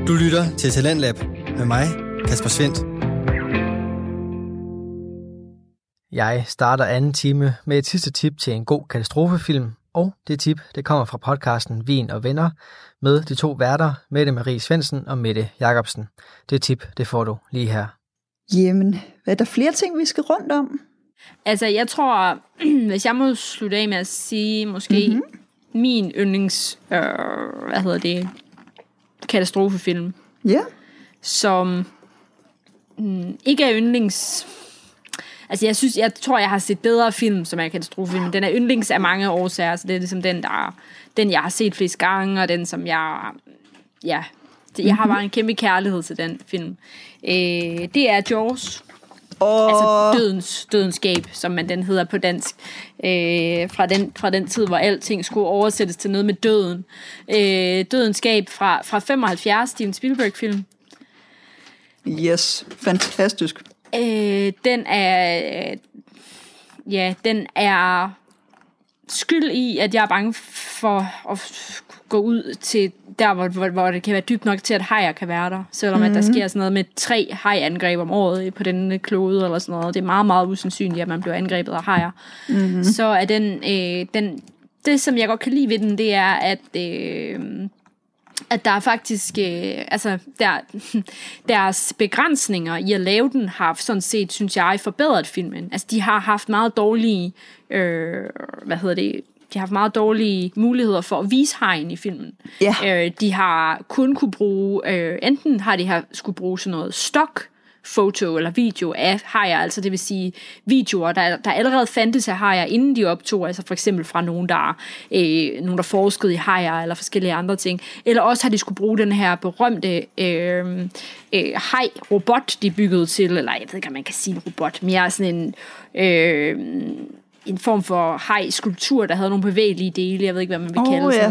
Du lytter til Talentlab med mig, Kasper Svendt. Jeg starter anden time med et sidste tip til en god katastrofefilm, og det tip, det kommer fra podcasten Vin og Venner med de to værter, Mette Marie Svendsen og Mette Jacobsen. Det tip, det får du lige her. Jamen, er der flere ting, vi skal rundt om? Altså, jeg tror, hvis jeg må slutte af med at sige, måske min yndlings, katastrofefilm. Ja. Som ikke er yndlings. Altså, jeg tror, jeg har set bedre film, som er katastrofefilm, men den er yndlings af mange årsager, så det er ligesom den, jeg har set flest gange, og den, som jeg har bare en kæmpe kærlighed til den film. Det er Jaws. Altså dødens gab, som den hedder på dansk, fra den tid, hvor alting skulle oversættes til noget med døden. Dødens gab fra 75, Steven Spielberg-film. Yes, fantastisk. Den er skyld i, at jeg er bange for at gå ud til der, hvor det kan være dybt nok til, at hajer kan være der. Selvom at der sker sådan noget med 3 hajangreb om året på den klode eller sådan noget. Det er meget, meget usandsynligt, at man bliver angrebet af hajer. Så er det, som jeg godt kan lide ved den, det er, at der er faktisk, deres begrænsninger i at lave den, har sådan set, synes jeg, forbedret filmen. Altså, de har haft meget dårlige, de har haft meget dårlige muligheder for at vise hajen i filmen. Yeah. De har kun kunne bruge, enten har de skulle bruge sådan noget foto eller video af hajer, altså det vil sige videoer, der allerede fandtes af hajer, inden de optog, altså for eksempel fra nogen, der forskede i hajer, eller forskellige andre ting. Eller også har de skulle bruge den her berømte haj-robot, de byggede til, eller jeg ved ikke, om man kan sige en robot, mere sådan en form for haj-skulptur, der havde nogle bevægelige dele, jeg ved ikke, hvad man vil kalde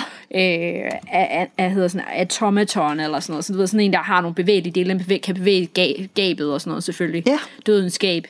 sådan en automaton eller sådan noget, sådan en, der har nogle bevægelige dele, den kan bevæge gabet og sådan noget selvfølgelig, dødens gab.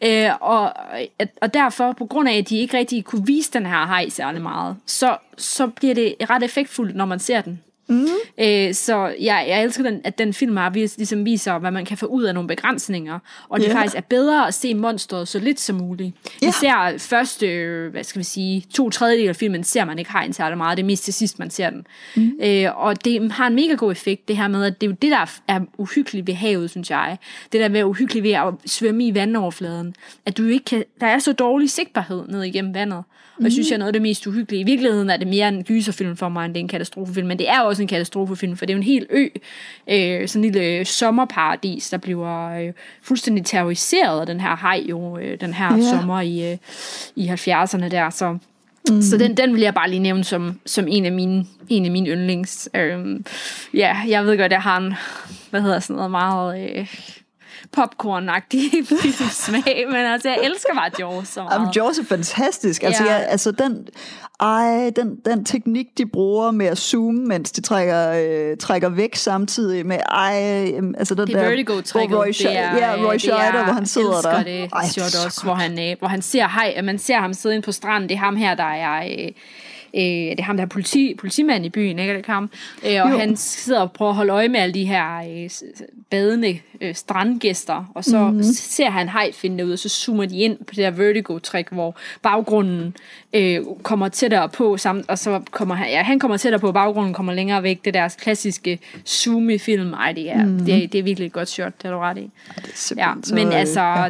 Og derfor, på grund af, at de ikke rigtig kunne vise den her haj særlig meget, så bliver det ret effektfuldt, når man ser den. Så jeg elsker at den film ligesom viser, hvad man kan få ud af nogle begrænsninger, og det faktisk er bedre at se monsteret så lidt som muligt. Især første, 2/3 af filmen ser man ikke hajen særlig meget, det er mest til sidst man ser den. Og det har en mega god effekt, det her med, at det er jo det, der er uhyggeligt ved havet, synes jeg. Det der er uhyggeligt ved at svømme i vandoverfladen, at du ikke kan, der er så dårlig sigtbarhed ned igennem vandet. Og jeg synes, jeg er noget af det mest uhyggelige. I virkeligheden er det mere en gyserfilm for mig, end det er en katastrofefilm. Men det er også en katastrofefilm, for det er jo en hel ø. Sådan en lille sommerparadis, der bliver fuldstændig terroriseret af den her haj, den her sommer i 70'erne der. Så den vil jeg bare lige nævne som en af mine yndlings. Jeg ved godt, jeg har en, meget popcorn-agtig filmsmag, men altså, jeg elsker bare Jaws så meget. Jaws er fantastisk. Altså, den teknik, de bruger med at zoome, mens de trækker væk samtidig med, altså den det der Vertigo-trækket, Roy Scheider, hvor han sidder der. Det shot også, hvor han ser hej, man ser ham sidde inde på stranden, det er ham her, der er det er ham, der er politimand i byen, ikke? Det ham. Og han sidder og prøver at holde øje med alle de her badende strandgæster, og så ser han haj finde ud, og så zoomer de ind på det der Vertigo-træk, hvor baggrunden kommer tættere på, og så kommer han kommer tættere på, og baggrunden kommer længere væk. Det deres klassiske zoom i film. Ej, det er virkelig et godt shot, det har du ret i. Men altså,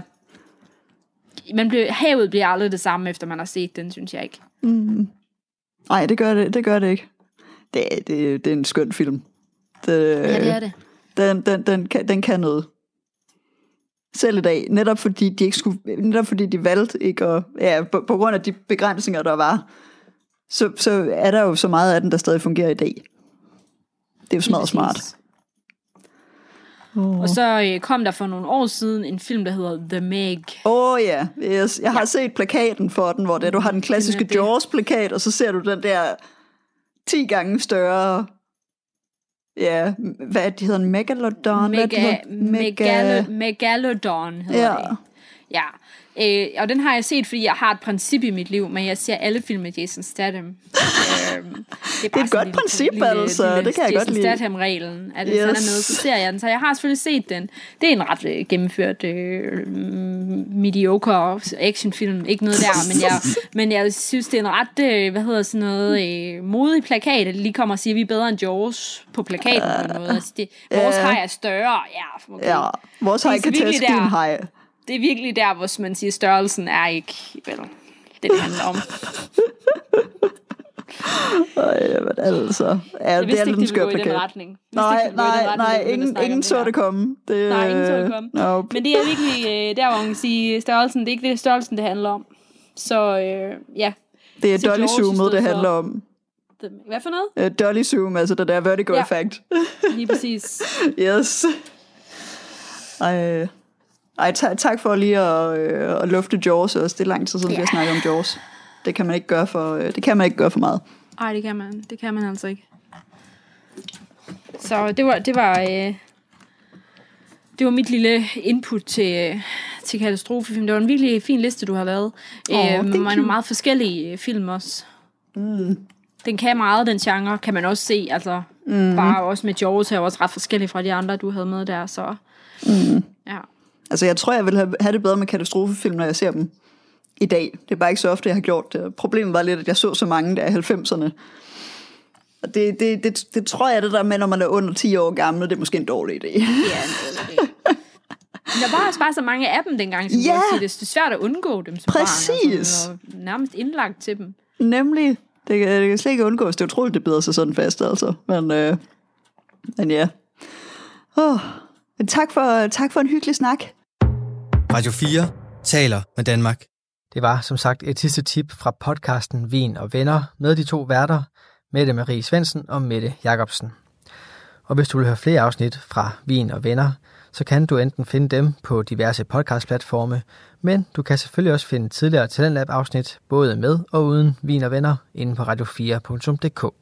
havet bliver aldrig det samme, efter man har set den, synes jeg ikke. Nej, det gør det ikke. Det er en skøn film. Det er det. Den kan noget. Selv i dag, netop fordi de valgte ikke at, på grund af de begrænsninger der var, så er der jo så meget af den, der stadig fungerer i dag. Det er jo smart. Og så kom der for nogle år siden en film, der hedder The Meg. Yes. Jeg har set plakaten for den, hvor du har den klassiske Jaws-plakat, og så ser du den der 10 gange større, hvad de hedder, en Megalodon? Megalodon hedder det. Ja, og den har jeg set, fordi jeg har et princip i mit liv, men jeg ser alle film med Jason Statham. Det er et godt princip, altså. Det kan jeg godt lide. Jason Statham-reglen, at hvis han er med, så ser jeg den. Så jeg har selvfølgelig set den. Det er en ret gennemført mediocre actionfilm. Ikke noget der, men jeg synes, det er en ret, modig plakat, at det lige kommer og siger, at vi er bedre end Jaws på plakaten på en måde. Altså, vores haj er større. Ja, okay. Ja, vores haj kan tæske din haj. Det er virkelig der, hvor man siger, størrelsen er ikke, vel, det handler om. Men altså. Ja, jeg vidste ikke, det ville gå i den retning. Nej, ingen så det komme. Nej, ingen så det komme. Nope. Men det er virkelig der, hvor man kan sige, størrelsen, det er ikke det størrelsen, det handler om. Så ja. Det er Dolly Zoomet, det handler om. Hvad for noget? Dolly Zoom, altså det der vertigo-effekt. Lige præcis. Yes. Tak for lige at lufte Jaws også. Det er lang tid siden, vi har snakket om Jaws. Det kan man ikke gøre for meget. Nej, det kan man altså ikke. Så det var mit lille input til katastrofefilm. Det var en virkelig fin liste, du har lavet. Nogle meget forskellige film også. Den kan meget, den genre, kan man også se. Altså, bare også med Jaws er også ret forskellige fra de andre, du havde med der. Så ja. Altså, jeg tror, jeg vil have det bedre med katastrofefilm, når jeg ser dem i dag. Det er bare ikke så ofte, jeg har gjort det. Problemet var lidt, at jeg så mange der i 90'erne. Og det tror jeg, det der med, når man er under 10 år gammel, det er måske en dårlig idé. Ja, en dårlig idé. Der var også bare så mange af dem dengang, som sige, det er svært at undgå dem som barn. Altså, og nærmest indlagt til dem. Nemlig. Det kan slet ikke undgås. Det er utroligt, det bider sig sådan fast, altså. Men ja. Men tak for en hyggelig snak. Radio 4 taler med Danmark. Det var som sagt et sidste tip fra podcasten Vin og Venner med de to værter, Mette Marie Svendsen og Mette Jacobsen. Og hvis du vil høre flere afsnit fra Vin og Venner, så kan du enten finde dem på diverse podcastplatforme, men du kan selvfølgelig også finde tidligere Talentlab-afsnit, både med og uden Vin og Venner, inde på radio4.dk.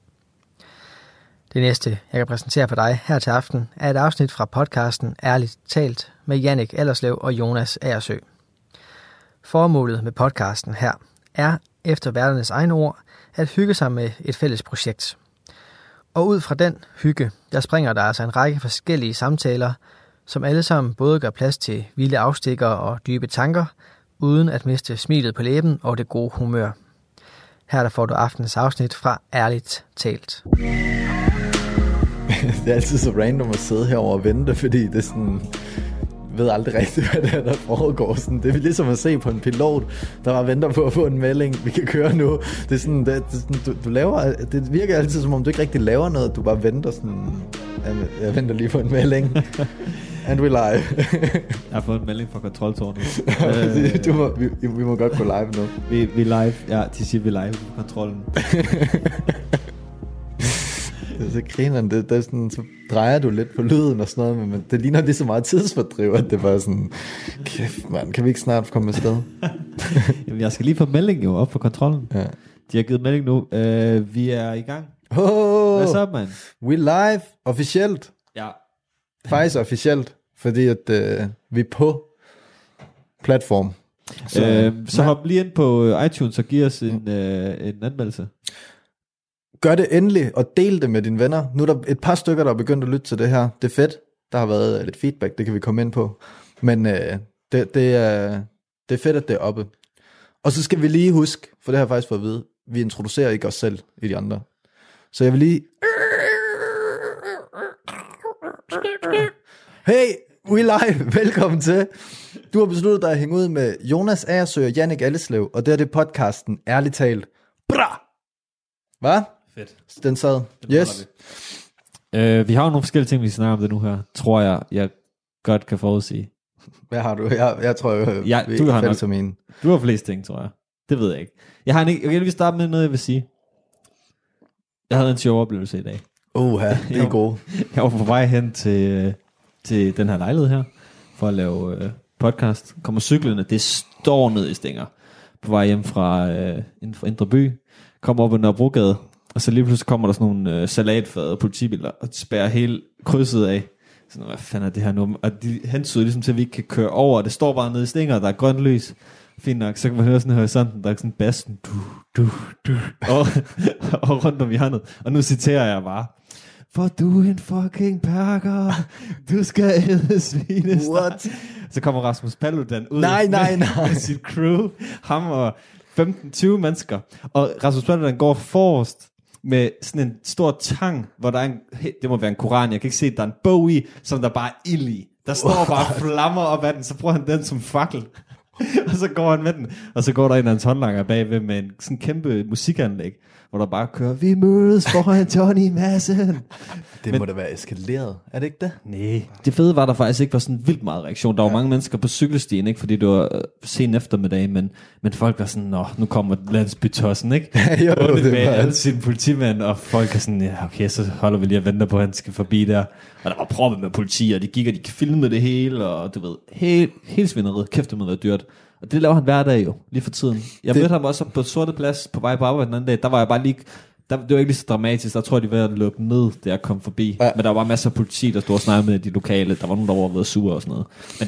Det næste, jeg kan præsentere for dig her til aften, er et afsnit fra podcasten Ærligt Talt med Jannik Allerslev og Jonas Agersø. Formålet med podcasten her er, efter værternes egne ord, at hygge sig med et fælles projekt. Og ud fra den hygge, der springer der altså en række forskellige samtaler, som alle sammen både gør plads til vilde afstikker og dybe tanker, uden at miste smilet på læben og det gode humør. Her der får du aftenens afsnit fra Ærligt Talt. Det er altid så random at sidde herovre og vente, fordi det er sådan... Jeg ved aldrig rigtigt, hvad det er, der foregår. Sådan, det er ligesom at se på en pilot, der bare venter på at få en melding. Vi kan køre nu. Det er sådan, du laver... Det virker altid, som om du ikke rigtig laver noget. Du bare venter sådan... Jeg venter lige på en melding. And we live. Jeg har fået en melding fra kontroltårnet. Vi må godt gå live nu. Vi live. Ja, de siger vi live på kontrollen. Så griner det er sådan, så drejer du lidt på lyden og sådan noget, men det ligner lige så meget tidsfordriv, at det var sådan, kæft mand, kan vi ikke snart komme afsted? Jamen, jeg skal lige få melding jo op på kontrollen. Ja. De har givet melding nu. Vi er i gang. Hvad så, mand? We live, officielt. Ja. Faktisk officielt, fordi at vi er på platform. Så hop lige ind på iTunes og giv os en anmeldelse. Gør det endelig, og del det med dine venner. Nu er der et par stykker, der er begyndt at lytte til det her. Det er fedt. Der har været lidt feedback, det kan vi komme ind på. Men det er fedt, at det er oppe. Og så skal vi lige huske, for det har jeg faktisk fået at vide, vi introducerer ikke os selv i de andre. Så jeg vil lige... Hey, we live. Velkommen til. Du har besluttet dig at hænge ud med Jonas Agersø og Jannik Alleslev, og det er podcasten Ærligt Talt. Bra! Hvad? Fedt. Den sad. Yes. Vi har jo nogle forskellige ting, vi snakker om det nu her. Tror jeg godt kan forudsige. Hvad har du? Jeg tror, du har nok. Mine. Du har flest ting, tror jeg. Det ved jeg ikke. Jeg kan lige starte med noget, jeg vil sige. Jeg havde en sjov oplevelse i dag. Det er god. Jeg var på vej hen til den her lejlighed her, for at lave podcast. Kommer cyklerne, det står ned i stænger. På vej hjem fra Indre By. Kommer op ad Nørrebrogade, og så lige pludselig kommer der sådan nogle salatfade politibiler og spærrer hele krydset af. Sådan, hvad fanden er det her nu? Og de hensyder ligesom til, at vi ikke kan køre over. Det står bare nede i Stinger, der er grønt lys. Fint nok, så kan man høre sådan en horisonten, der er sådan bassen. Og rundt om hjørnet. Og nu citerer jeg bare. For du en fucking perker. Du skal æde svinesteg. What? Så kommer Rasmus Paludan ud med sit crew. Ham og 15-20 mennesker. Og Rasmus Paludan går forrest med sådan en stor tang, hvor der er det må være en koran, jeg kan ikke se, der er en bog i, som der bare er ild i. Der står bare flammer op af den, så bruger han den som fakkel. Og så går han med den, og så går der en af hans håndlanger bagved med en sådan kæmpe musikanlæg, hvor der bare kører, vi mødes foran Johnny Madsen. Det må da være eskaleret, er det ikke det? Nej, det fede var, der faktisk ikke var sådan vildt meget reaktion. Der var mange mennesker på cykelstien, ikke, fordi det var sen eftermiddag, men folk var sådan, nu kommer landsbytossen, ikke? Jo, det med alle sine politimænd, og folk er sådan, ja, okay, så holder vi lige og venter på, at han skal forbi der. Og der var proppet med politi, og de gik, og de filmede det hele, og du ved, helt svineriet, kæft det må være dyrt. Og det laver han hver dag jo, lige for tiden. Jeg mødte ham også på Sorte Plads på vej på arbejde den anden dag. Der var jeg bare lige... det var ikke lige så dramatisk. Der tror jeg, de var ved at lukke ned, da jeg kom forbi. Ja. Men der var masser af politi, der stod og snakkede med de lokale. Der var nogen, der var ved at sure og sådan noget. Men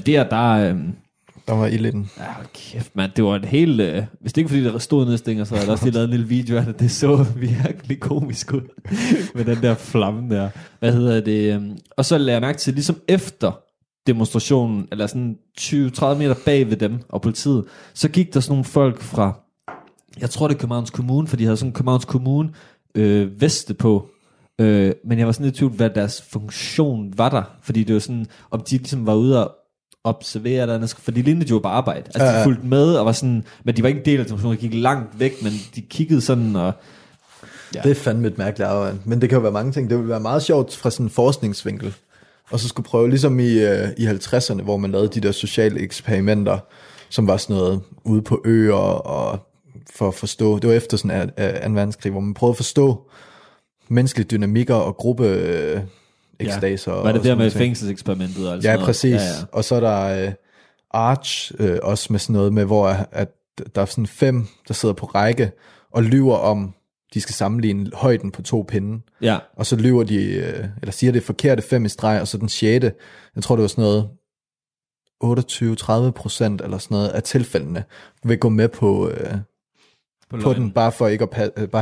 der var ild i den. Ja, kæft, mand. Det var et helt... hvis det ikke fordi, der stod nede i Stinger, så havde der også lige lavet en lille video af det. Det så virkelig komisk ud. Med den der flamme der. Hvad hedder det? Og så lagde jeg mærke til, ligesom efter demonstrationen, eller sådan 20-30 meter bag ved dem og politiet, så gik der sådan nogle folk fra, jeg tror det er Københavns Kommune, for de havde sådan Københavns Kommune veste på, men jeg var sådan lidt i tvivl, hvad deres funktion var der, fordi det var sådan, om de ligesom var ude og observere der, for de lignede jo bare arbejde, altså de fulgte med, og var sådan, men de var ikke en del af demonstrationen, de gik langt væk, men de kiggede sådan, og ja. Det er fandme et mærkeligt arbejde, men det kan jo være mange ting, det ville være meget sjovt fra sådan en forskningsvinkel, og så skulle prøve, ligesom i 50'erne, hvor man lavede de der sociale eksperimenter, som var sådan noget ude på øer, og for at forstå, det var efter sådan en verdenskrig, hvor man prøvede at forstå menneskelige dynamikker og gruppe ekstaser. Var det der med fængselseksperimentet? Altså ja, præcis. Ja. Og så er der Arch, også med sådan noget med, hvor at der er sådan 5, der sidder på række, og lyver om, de skal sammenligne højden på 2 pinde. Ja. Og så lyver de, eller siger det forkerte 5 i streg, og så den 6. Jeg tror, det var sådan noget 28-30% eller sådan noget af tilfældene, vil gå med på den, bare for ikke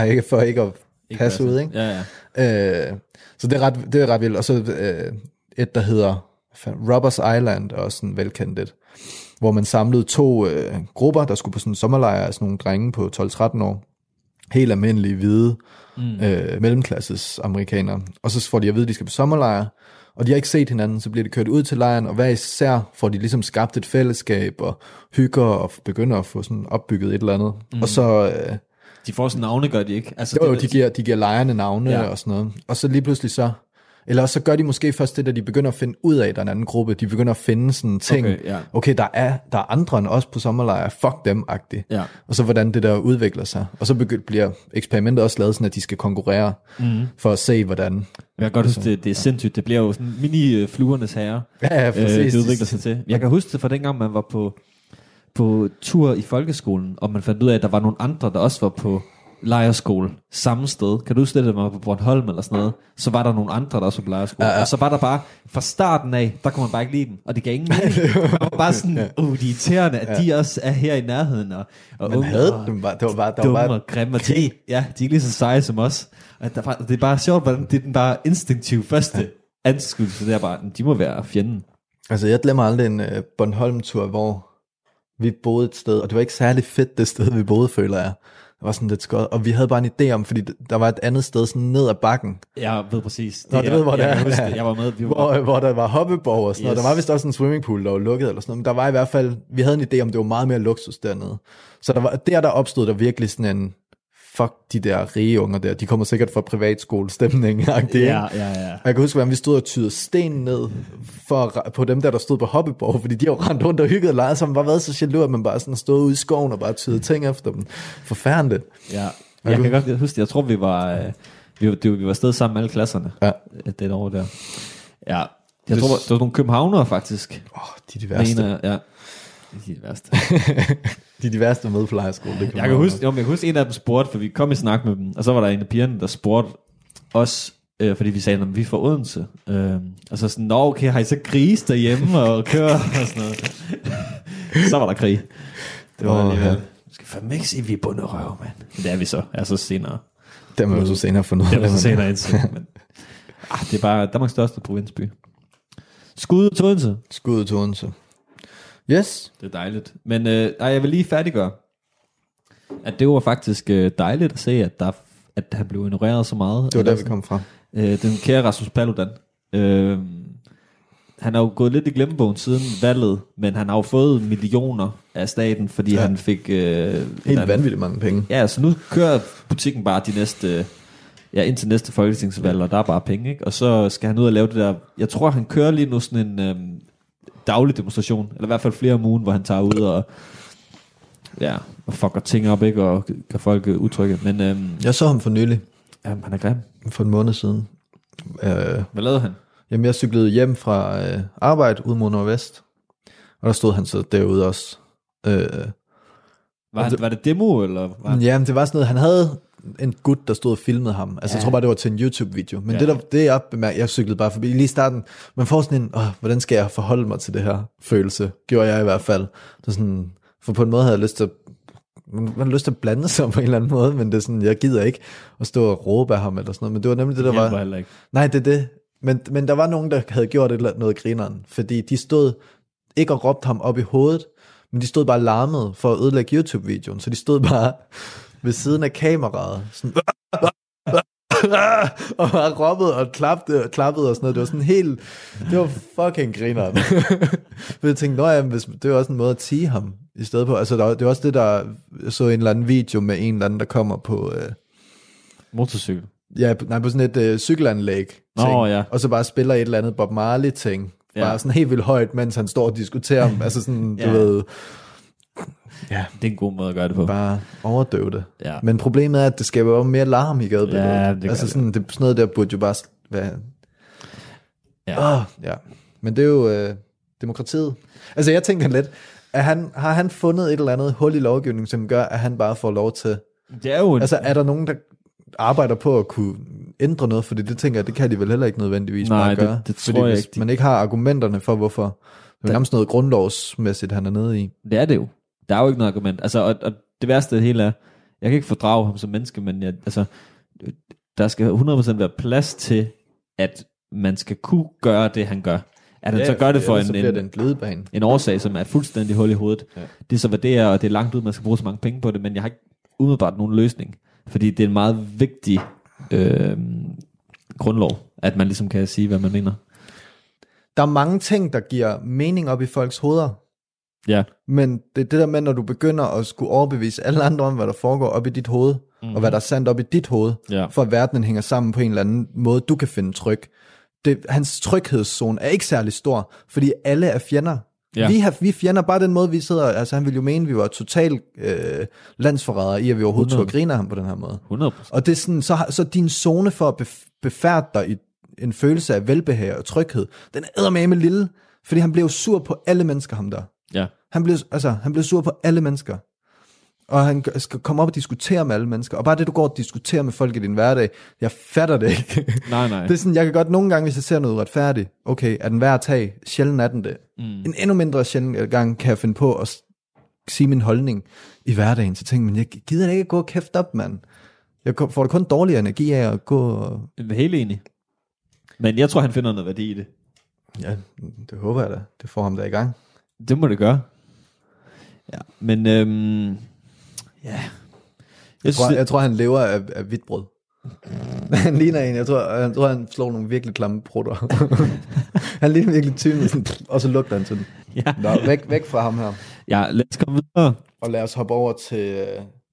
at passe ud, ikke? Ja, ja. Så det er ret vildt. Og så et, der hedder Robbers Island, også sådan velkendt et, hvor man samlede 2 grupper, der skulle på sådan en sommerlejr af sådan nogle drenge på 12-13 år. Helt almindelige, hvide, mellemklasses amerikanere. Og så får de at vide, at de skal på sommerlejr, og de har ikke set hinanden, så bliver de kørt ud til lejren, og hver især får de ligesom skabt et fællesskab, og hygger, og begynder at få sådan opbygget et eller andet. Og så... de får sådan navne, gør de ikke? Altså, jo, de giver lejrene navne og sådan noget. Og så lige pludselig så... Eller så gør de måske først det, da de begynder at finde ud af, at der er en anden gruppe. De begynder at finde sådan ting. Okay, der er andre end os på sommerlejr. Fuck dem-agtigt. Ja. Og så hvordan det der udvikler sig. Og så bliver eksperimentet også lavet sådan, at de skal konkurrere for at se, hvordan... Jeg kan godt huske, det er sindssygt. Det bliver jo sådan mini-fluernes herre. Ja, præcis. Det udvikler sig til. Jeg kan huske det fra dengang, man var på tur i folkeskolen, og man fandt ud af, at der var nogle andre, der også var på lejrskole samme sted. Kan du huske det, der var på Bornholm eller sådan noget? Så var der nogle andre, der også var på lejrskole. Ja. Og så var der bare, fra starten af, der kunne man bare ikke lide dem. Og det gav ingen mening. Man var bare sådan, de er irriterende, at de også er her i nærheden. Og man havde dem bare. Det var dumme og grimme. Okay. De er ikke lige så seje som os. Og det er bare sjovt, hvordan det er den bare instinktive første anskuelse. Det er bare, de må være fjenden. Altså, jeg glemmer aldrig en Bornholm-tur, hvor vi boede et sted, og det var ikke særlig fedt, det sted, vi boede, føler jeg. Det var sådan lidt skødt, og vi havde bare en idé om, fordi der var et andet sted sådan ned ad bakken. Jeg ved præcis. Nå, du ved, hvor det er. Jeg var med. Hvor der var hoppeborg og sådan noget. Der var vist også en swimmingpool, der var lukket eller sådan noget, men der var i hvert fald, vi havde en idé om, det var meget mere luksus dernede. Så der opstod der virkelig sådan en, fuck de der rige unger der, de kommer sikkert fra privatskolestemning. Ja. Og jeg kan huske, hvordan vi stod og tydede sten ned på dem der stod på hoppeborg, fordi de har jo rendt rundt og hygget og leget sammen, bare været så jaloux, at man bare sådan stod ude i skoven og bare tydede ting efter dem. Forfærdeligt. Ja, jeg kan godt huske, jeg tror vi var afsted sammen med alle klasserne det år der. Ja, jeg tror, der var nogle københavnere faktisk. De er de værste. Ja, de er de værste. De er de værste med på lejrskole. Jeg kan huske en af dem spurgte, for vi kom i snak med dem, og så var der en af pigerne, der spurgte os, fordi vi sagde, at vi er fra Odense. Og så sådan, nå okay, har I så gris derhjemme og kører og sådan noget. Så var der krig. Det var alligevel. Du skal fandme ikke sige, at vi er bunderøv, mand. Men det er vi så. Altså senere. Det må vi så senere få noget. Det må vi så senere indse. Men det er bare Danmarks største provinsby. Skud til Odense. Skud til Odense. Yes. Det er dejligt. Men jeg vil lige færdiggøre, at det var faktisk dejligt at se, at han blev ignoreret så meget. Det var der, vi kom fra. Den kære Rasmus Paludan. Han har jo gået lidt i glemmebogen siden valget, men han har jo fået millioner af staten, fordi han fik... Helt vanvittigt mange penge. Ja, så nu kører butikken bare de næste... Ja, indtil næste folketingsvalg, og der er bare penge, ikke? Og så skal han ud og lave det der... Jeg tror, han kører lige nu sådan en daglig demonstration, eller i hvert fald flere om ugen, hvor han tager ud og... Ja, og fucker ting op, ikke? Og gør folk utrygge. Men, jeg så ham for nylig. Jamen, han er grim. For en måned siden. Hvad lavede han? Jamen, jeg cyklede hjem fra arbejde ud mod Nordvest. Og der stod han så derude også. Var det demo, eller? Jamen, det var sådan noget, han havde en gut, der stod og filmede ham. Altså, jeg tror bare, det var til en YouTube-video. Men det jeg bemærkede, jeg cyklede bare forbi. Lige i starten, man får sådan en, hvordan skal jeg forholde mig til det her følelse? Gjorde jeg i hvert fald. Det er sådan, for på en måde havde jeg lyst til man har lyst til at blande sig på en eller anden måde, men det er sådan, jeg gider ikke at stå og råbe af ham eller sådan noget. Men det var nemlig det, der var... Ikke. Nej, det er det. Men der var nogen, der havde gjort noget grineren, fordi de stod ikke og råbte ham op i hovedet, men de stod bare larmet for at ødelægge YouTube-videoen, så de stod bare ved siden af kameraet, sådan, og bare råbede og klappede og sådan noget. Det var sådan helt, det var fucking grineren. For jeg tænkte, det var også en måde at tige ham i stedet på. Altså, det var også det, der så en eller anden video med en eller anden, der kommer på... motorcykel. Ja, på sådan et cykelanlæg. Ja. Og så bare spiller et eller andet Bob Marley ting. Bare sådan helt vildt højt, mens han står og diskuterer om, altså sådan, du ved... Ja, det er en god måde at gøre det på. Bare overdøve det. Ja. Men problemet er, at det skaber jo mere larm i gadebilledet. Ja, det altså sådan, sådan noget der burde jo bare være... Ja. Ja. Men det er jo demokratiet. Altså jeg tænker lidt, har han fundet et eller andet hul i lovgivningen, som gør, at han bare får lov til... Det er jo altså er der nogen, der arbejder på at kunne ændre noget? Fordi det tænker jeg, det kan de vel heller ikke nødvendigvis bare gøre. Det tror jeg ikke. Man ikke har argumenterne for, hvorfor. Det er nærmest noget grundlovsmæssigt, han er nede i. Det er det jo. Der er jo ikke noget argument. Altså, og det værste af det hele er, jeg kan ikke fordrage ham som menneske, men der skal 100% være plads til, at man skal kunne gøre det, han gør. At han så gør det for en årsag, som er fuldstændig hul i hovedet. Ja. Det er så, hvad det er, og det er langt ud, man skal bruge så mange penge på det, men jeg har ikke umiddelbart nogen løsning. Fordi det er en meget vigtig grundlov, at man ligesom kan sige, hvad man mener. Der er mange ting, der giver mening op i folks hoveder. Ja. Men det er det der med, når du begynder at skulle overbevise alle andre om, hvad der foregår op i dit hoved, og hvad der er sandt op i dit hoved, for at verdenen hænger sammen på en eller anden måde, du kan finde tryg. Hans tryghedszone er ikke særlig stor, fordi alle er fjender. Ja. Vi fjender bare den måde, vi sidder... Altså han ville jo mene, at vi var totalt landsforrædere i, at vi overhovedet tog at grine af ham på den her måde. 100%. Og det er sådan, så din zone for at befærde dig i en følelse af velbehag og tryghed, den er eddermame lille, fordi han blev sur på alle mennesker, ham der. Ja. Han blev sur på alle mennesker. Og han skal komme op og diskutere med alle mennesker. Og bare det, du går og diskuterer med folk i din hverdag, jeg fatter det ikke. Nej. Det er sådan, jeg kan godt nogle gange, hvis jeg ser noget uretfærdigt, okay, er den værd at tage? Sjældent er den det. En endnu mindre sjældent gang kan jeg finde på at sige min holdning i hverdagen. Så tænker man, jeg gider da ikke at gå og kæfte op, mand. Jeg får da kun dårlig energi af at gå og... Jeg er helt enig. Men jeg tror, han finder noget værdi i det. Ja, det håber jeg da. Det får ham da i gang. Det må det gøre. Ja, men ja. Jeg tror han lever af hvidt brød. Han ligner en. Jeg tror han slår nogle virkelig klamme prutter. Han ligner virkelig typen, og så lugter han til den. Ja. Nå, væk fra ham her. Ja, lad os komme videre. Og lad os hoppe over til...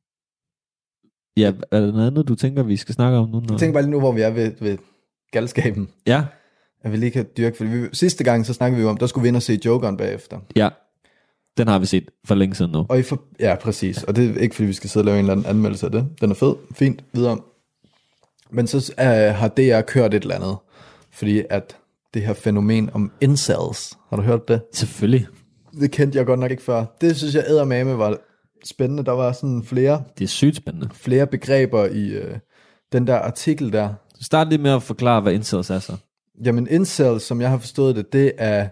Ja, er der noget andet, du tænker, vi skal snakke om nu? Jeg tænker bare lige nu, hvor vi er ved galskaben. Ja. At vi lige kan dyrke, fordi sidste gang, så snakkede vi om, der skulle vi ind og se Jokeren bagefter. Ja, den har vi set for længe siden nu. Og ja, præcis. Og det er ikke, fordi vi skal sidde og lave en eller anden anmeldelse af det. Den er fed, fint, videre. Men så har DR kørt et eller andet. Fordi at det her fænomen om incels, har du hørt det? Selvfølgelig. Det kendte jeg godt nok ikke før. Det synes jeg eddermame var spændende. Der var sådan flere... Det er sygt spændende. Flere begreber i den der artikel der. Start lige med at forklare, hvad incels er så. Jamen incels, som jeg har forstået det er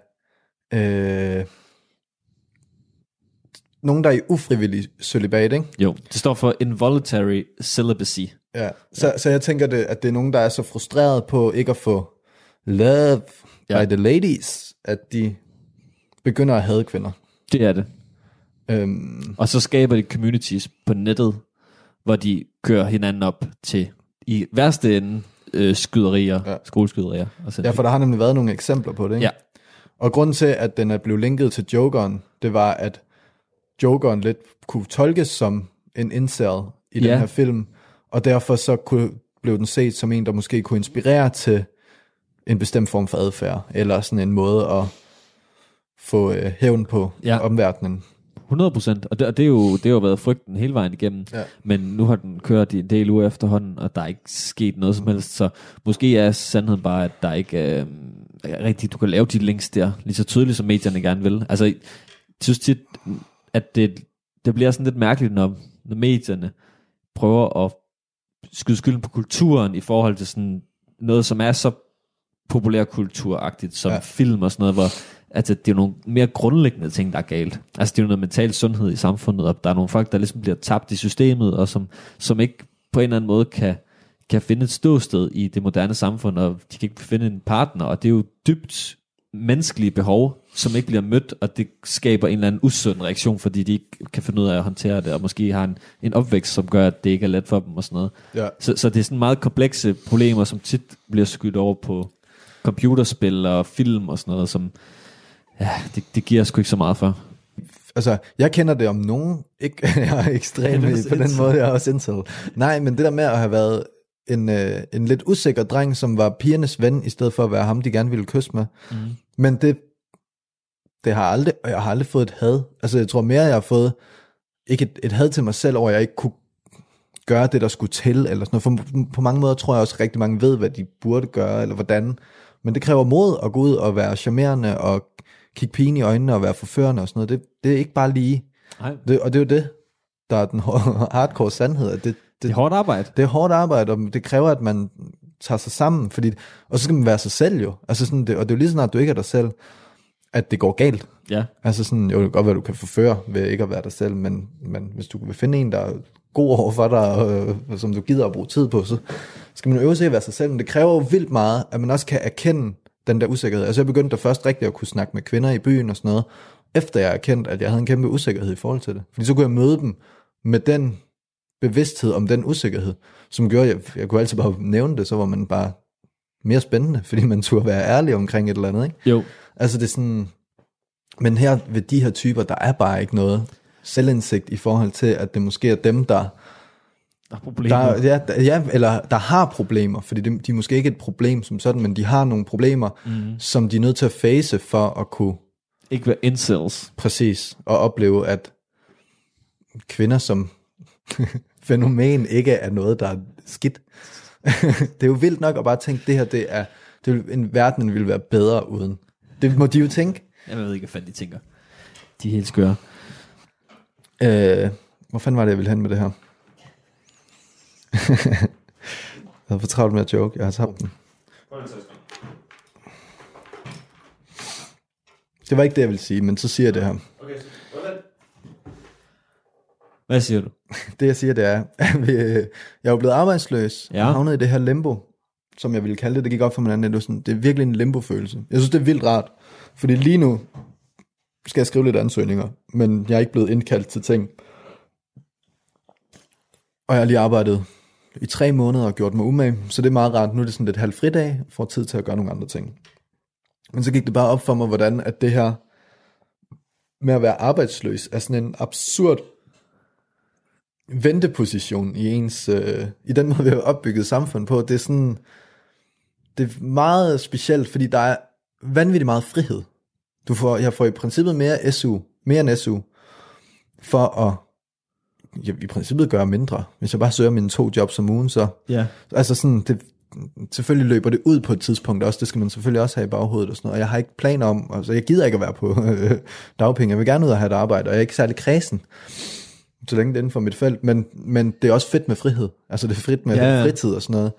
nogen, der er i ufrivillig cølibat, ikke? Jo, det står for involuntary celibacy. Ja, så jeg tænker, at det er nogen, der er så frustreret på ikke at få love by the ladies, at de begynder at hade kvinder. Det er det. Og så skaber de communities på nettet, hvor de kører hinanden op til, i værste ende, skyderier, skoleskyderier. Ja, for der har nemlig været nogle eksempler på det, ikke? Ja. Og grunden til, at den er blevet linket til Jokeren, det var, at Jokeren lidt kunne tolkes som en incel i den her film, og derfor så blev den set som en, der måske kunne inspirere til en bestemt form for adfærd, eller sådan en måde at få hævn på omverdenen. 100%, og det har jo været frygten hele vejen igennem, men nu har den kørt i en del uger efterhånden, og der er ikke sket noget som helst, så måske er sandheden bare, at der ikke er rigtigt, du kan lave de links der, lige så tydeligt som medierne gerne vil. Altså, jeg synes tit, at det bliver sådan lidt mærkeligt, når medierne prøver at skyde skylden på kulturen i forhold til sådan noget, som er så populærkulturagtigt som film og sådan noget, hvor altså, det er nogle mere grundlæggende ting, der er galt. Altså det er jo noget mental sundhed i samfundet, og der er nogle folk, der ligesom bliver tabt i systemet, og som ikke på en eller anden måde kan finde et ståsted i det moderne samfund, og de kan ikke finde en partner, og det er jo dybt menneskelige behov, som ikke bliver mødt, og det skaber en eller anden usund reaktion, fordi de ikke kan finde ud af at håndtere det, og måske har en opvækst, som gør, at det ikke er let for dem og sådan noget. Ja. Så det er sådan meget komplekse problemer, som tit bliver skudt over på computerspil og film og sådan noget, som det giver sgu ikke så meget for. Altså, jeg kender det om nogen, ikke jeg er ekstrem på den måde, jeg er også incel. Nej, men det der med at have været en lidt usikker dreng, som var pigernes ven, i stedet for at være ham, de gerne ville kysse med. Mm. Men jeg har aldrig fået et had. Altså, jeg tror mere, jeg har fået ikke et had til mig selv, over at jeg ikke kunne gøre det, der skulle til, eller sådan noget. For på mange måder tror jeg også, rigtig mange ved, hvad de burde gøre, eller hvordan. Men det kræver mod at gå ud og være charmerende, og kigge pigen i øjnene, og være forførende og sådan noget. Det er ikke bare lige. Og det er jo det, der er den hardcore sandhed, at det er hårdt arbejde. Det er hårdt arbejde, og det kræver, at man tager sig sammen, og så skal man være sig selv jo. Altså sådan, og det er jo lige sådan, at du ikke er dig selv, at det går galt. Ja. Altså sådan, jo, det kan godt være, at du kan forføre ved ikke at være dig selv, men hvis du vil finde en, der er god over for dig, og som du gider at bruge tid på, så skal man jo øve sig at være sig selv. Men det kræver jo vildt meget, at man også kan erkende den der usikkerhed. Altså jeg begyndte da først rigtig at kunne snakke med kvinder i byen og sådan noget, efter jeg erkendte, at jeg havde en kæmpe usikkerhed i forhold til det. Fordi så kunne jeg møde dem med den bevidsthed om den usikkerhed, som gjorde, at jeg kunne altid bare nævne det, så var man bare mere spændende, fordi man turde være ærlig omkring et eller andet, ikke? Jo. Altså det er sådan, men her ved de her typer, der er bare ikke noget selvindsigt i forhold til, at det måske er dem, der har problemer. Eller der har problemer, fordi de er måske ikke et problem som sådan, men de har nogle problemer, som de er nødt til at face for at kunne ikke være incels. Præcis, og opleve, at kvinder som fænomen ikke er noget, der er skidt. Det er jo vildt nok at bare tænke, det her, det er en verden, ville være bedre uden. Det må de jo tænke. Jeg ved ikke, hvad fanden de tænker. De er helt skøre. Hvor fanden var det, jeg ville hen med det her? Jeg har for travlt med at joke. Jeg har tabt den. Det var ikke det, jeg ville sige, men så siger jeg det her. Okay. Hvad siger du? Det jeg siger, det er, at jeg er jo blevet arbejdsløs, og havnet i det her limbo, som jeg ville kalde det. Det gik op for mig anden, det er virkelig en limbo-følelse. Jeg synes, det er vildt rart, fordi lige nu skal jeg skrive lidt ansøgninger, men jeg er ikke blevet indkaldt til ting. Og jeg har lige arbejdet i 3 måneder og gjort mig umage, så det er meget rart. Nu er det sådan lidt halv fridag, får tid til at gøre nogle andre ting. Men så gik det bare op for mig, hvordan at det her med at være arbejdsløs er sådan en absurd venteposition i ens, i den måde, vi har opbygget samfund på. Det er sådan, det er meget specielt, fordi der er vanvittigt meget frihed. Jeg får i princippet mere end SU, for at i princippet gøre mindre. Hvis jeg bare søger mine 2 jobs om ugen, så altså sådan, selvfølgelig løber det ud på et tidspunkt også, det skal man selvfølgelig også have i baghovedet og sådan noget, og jeg har ikke planer om, altså jeg gider ikke at være på dagpenge, jeg vil gerne ud og have et arbejde, og jeg er ikke særlig kræsen, så længe det er inden for mit felt, men det er også fedt med frihed, altså det er fedt med fritid og sådan noget,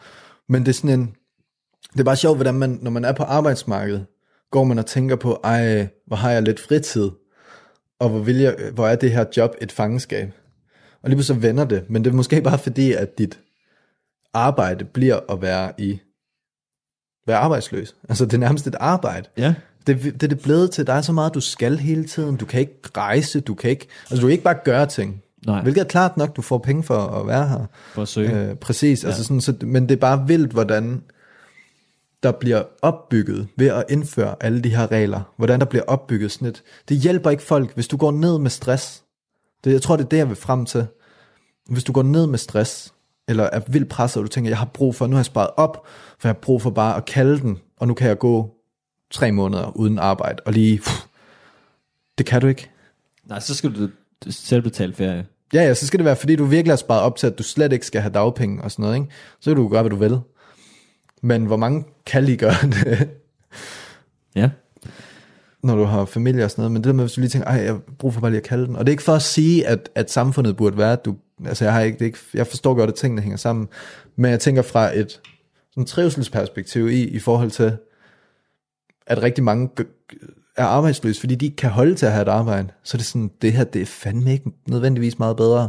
Men det er sådan en, det er bare sjovt, hvordan man, når man er på arbejdsmarkedet, går man og tænker på, hvor har jeg lidt fritid, og hvor er det her job et fangenskab. Og lige så vender det, men det er måske bare fordi, at dit arbejde bliver at være arbejdsløs. Altså det er nærmest et arbejde. Ja. Det er det blevet til, der er så meget, du skal hele tiden, du kan ikke rejse, du kan ikke bare gøre ting. Nej. Hvilket er klart nok, du får penge for at være her. For at søge. Præcis, ja. Altså men det er bare vildt, hvordan der bliver opbygget ved at indføre alle de her regler. Hvordan der bliver opbygget sådan et. Det hjælper ikke folk, hvis du går ned med stress. Jeg tror, det er det, jeg vil frem til. Hvis du går ned med stress, eller er vildt presset, og du tænker, nu har jeg sparet op, for jeg har brug for bare at kalde den, og nu kan jeg gå 3 måneder uden arbejde, og lige, det kan du ikke. Nej, så skal du selv betale ferie. Ja, så skal det være, fordi du virkelig har sparet op til, at du slet ikke skal have dagpenge og sådan noget, ikke? Så kan du gøre, hvad du vil. Men hvor mange kan lige gøre det? Ja. Når du har familie og sådan noget, men det der med, hvis du lige tænker, jeg har brug for bare lige at kalde den. Og det er ikke for at sige, at samfundet burde være, jeg forstår godt, at tingene hænger sammen, men jeg tænker fra et sådan trivselsperspektiv i forhold til, at rigtig mange er arbejdsløse, fordi de ikke kan holde til at have et arbejde, så er det sådan, det her, det er fandme ikke nødvendigvis meget bedre.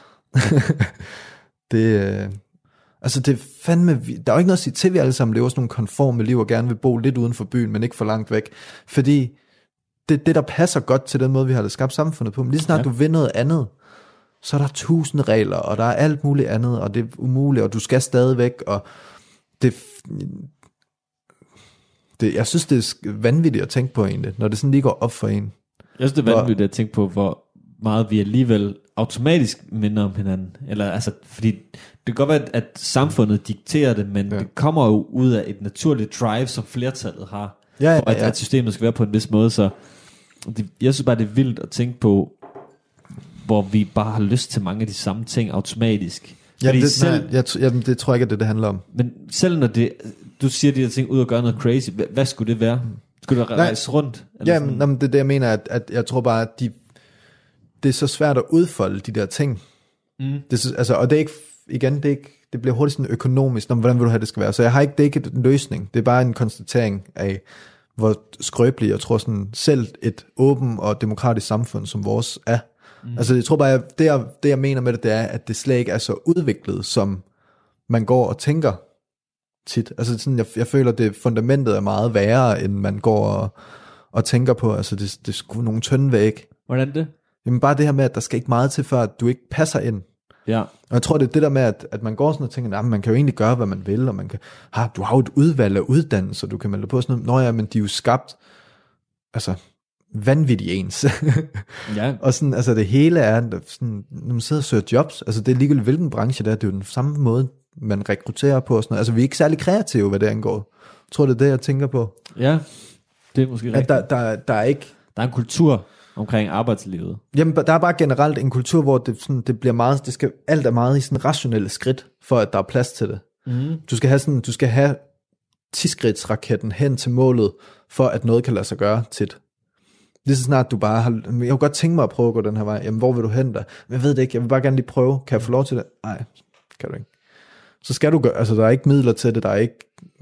Altså det er fandme, der er jo ikke noget at sige til, vi alle sammen lever sådan nogle konforme liv, og gerne vil bo lidt uden for byen, men ikke for langt væk, fordi det der passer godt til den måde, vi har det skabt samfundet på, men lige snart du vil noget andet, så er der 1000 regler, og der er alt muligt andet, og det er umuligt, og du skal stadigvæk, og jeg synes, det er vanvittigt at tænke på egentlig, når det sådan lige går op for en. Jeg synes, det er vanvittigt at tænke på, hvor meget vi alligevel automatisk minder om hinanden. Eller, altså, fordi det kan godt være, at samfundet dikterer det, men det kommer jo ud af et naturligt drive, som flertallet har, for at systemet skal være på en vis måde. Så jeg synes bare, det er vildt at tænke på, hvor vi bare har lyst til mange af de samme ting automatisk. Ja, det tror jeg ikke, at det handler om. Men selv når du siger de her ting ud og gør noget crazy, hvad skulle det være? Skulle du rejse rundt? Jamen, det er det, jeg mener, at jeg tror bare, at det er så svært at udfolde de der ting. Og det er ikke, igen, det bliver hurtigt sådan økonomisk, hvordan vil du have det skal være. Så det er ikke en løsning, det er bare en konstatering af, hvor skrøbelig jeg tror sådan, selv et åbent og demokratisk samfund som vores er. Altså jeg tror bare, det jeg mener med det er, at det slet ikke er så udviklet, som man går og tænker tit. Altså sådan, jeg føler, det fundamentet er meget værre, end man går og tænker på. Altså det er sgu nogle tynde væg. Hvordan det? Jamen bare det her med, at der skal ikke meget til, før at du ikke passer ind. Ja. Og jeg tror, det er det der med, at man går sådan og tænker, at man kan jo egentlig gøre, hvad man vil, og du har jo et udvalg af uddannelser, du kan melde på sådan noget. Men de er jo skabt, altså vanvittigt ens. Ja. Og sådan, altså det hele er, sådan, når man sidder og søger jobs, altså det er ligegyldigt hvilken branche det er jo den samme måde, man rekrutterer på og sådan noget. Altså vi er ikke særlig kreative, hvad det angår. Jeg tror, det er det, jeg tænker på. Ja, det er måske rigtigt. At der er ikke... Der er en kultur omkring arbejdslivet. Jamen, der er bare generelt en kultur, hvor det bliver meget, alt er meget i sådan rationelle skridt, for at der er plads til det. Du skal have 10-skridtsraketten hen til målet, for at noget kan lade sig gøre tit. Lige så snart du bare har, jeg kunne godt tænke mig at prøve at gå den her vej. Jamen, hvor vil du hen der? Men jeg ved det ikke, jeg vil bare gerne lige prøve. Kan jeg få lov til det? Nej, kan du ikke. Så skal du gøre, altså der er ikke midler til det, der er ikke,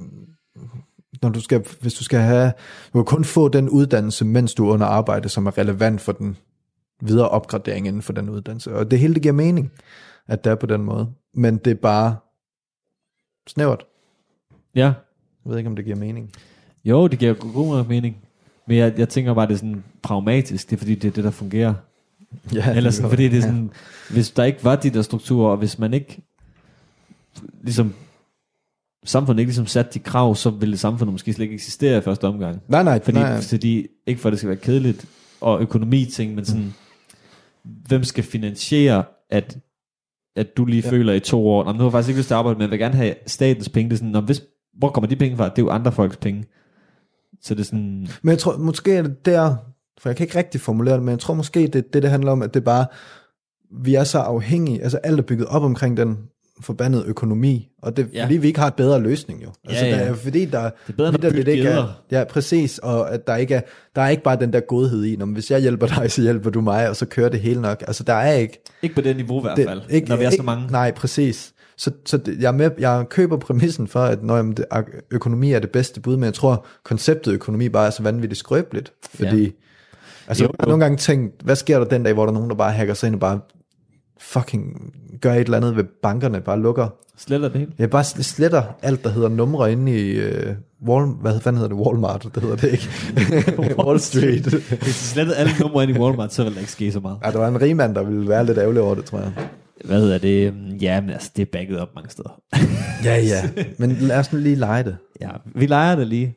hvis du skal have, du kan kun få den uddannelse, mens du er under arbejde, som er relevant for den videre opgradering inden for den uddannelse. Og det hele, det giver mening, at det er på den måde. Men det er bare snævert. Ja. Jeg ved ikke, om det giver mening. Jo, det giver god nok mening. Men jeg tænker bare, det er sådan pragmatisk. Det er fordi, det er det, der fungerer. Ja, ellers sådan, fordi det er sådan, hvis der ikke var de der strukturer, og hvis man ikke ligesom samfundet ikke ligesom sat de krav, så ville samfundet måske slet ikke eksistere i første omgang. Nej. Fordi ikke for at det skal være kedeligt og økonomi ting, men sådan hvem skal finansiere at du lige føler i 2 år, nu har jeg faktisk ikke lyst til at arbejde, men jeg vil gerne have statens penge. Det er sådan, hvor kommer de penge fra? Det er jo andre folks penge. Så det er sådan... Men jeg tror, måske er det der, for jeg kan ikke rigtig formulere det, men jeg tror måske, det handler om, at det bare, vi er så afhængige, altså alt er bygget op omkring den forbandede økonomi, og det fordi vi ikke har et bedre løsning jo. Altså det er fordi der det er bedre end at bygge geder. Ja, præcis, og at der er ikke bare den der godhed i, når hvis jeg hjælper dig, så hjælper du mig, og så kører det hele nok. Altså der er ikke på det niveau i hvert fald, når vi er så mange. Nej, præcis. jeg køber præmissen for, at økonomi er det bedste bud, men jeg tror, konceptet økonomi bare er så vanvittigt skrøbeligt, fordi altså, jeg har nogle gange tænkt, hvad sker der den dag, hvor der er nogen, der bare hacker sig ind og bare fucking gør et eller andet ved bankerne, bare lukker. Sletter det helt? Ja, bare sletter alt, der hedder numre inde i hvad fanden hedder det? Walmart, det hedder det ikke. Wall Street. Hvis de slettede alle numre inde i Walmart, så ville der ikke ske så meget. Ja, der var en rigmand, der ville være lidt ærgerlig over det, tror jeg. Hvad hedder det? Ja, men altså, det er backet op mange steder. ja. Men lad os nu lige lege det. Ja, vi leger det lige.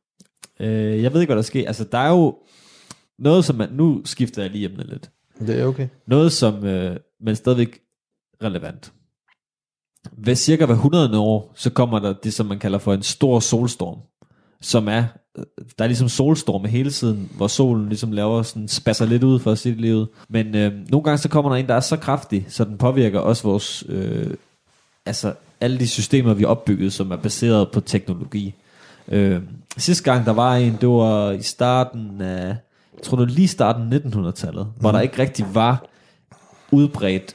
Jeg ved ikke, hvad der sker. Altså, der er jo noget, som nu skifter jeg lige emnet lidt. Det er okay. Noget, som men stadigvæk relevant. Ved cirka hver 100 år, så kommer der det, som man kalder for en stor solstorm, som der er ligesom solstorme hele tiden, hvor solen ligesom laver sådan, spasser lidt ud for at sige det livet. Men nogle gange så kommer der en, der er så kraftig, så den påvirker også vores, altså alle de systemer, vi har opbygget, som er baseret på teknologi. Sidste gang, der var en, det var i starten af, jeg tror det var lige starten af 1900-tallet, hvor der ikke rigtig var udbredt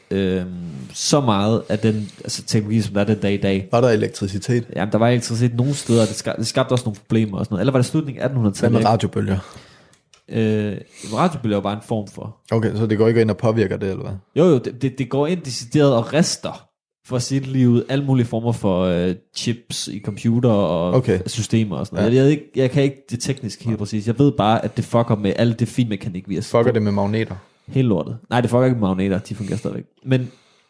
så meget af den teknologi, som der er den dag i dag. Var der elektricitet? Jamen, der var elektricitet nogle steder, det skabte også nogle problemer og sådan noget. Eller var det slutningen af 1800-tallet? Hvad med radiobølger? Radiobølger er bare en form for. Okay, så det går ikke ind og påvirker det, eller hvad? Jo, det går ind decideret og rester for at sige det lige ud. Alle mulige former for chips i computer og systemer og sådan noget. Jeg kan ikke det teknisk helt præcis. Jeg ved bare, at det fucker med alt det finmekanik, vi har. Fucker det med magneter? Helt lortet. Nej, det fucker ikke med magneter, de fungerer stadigvæk. Men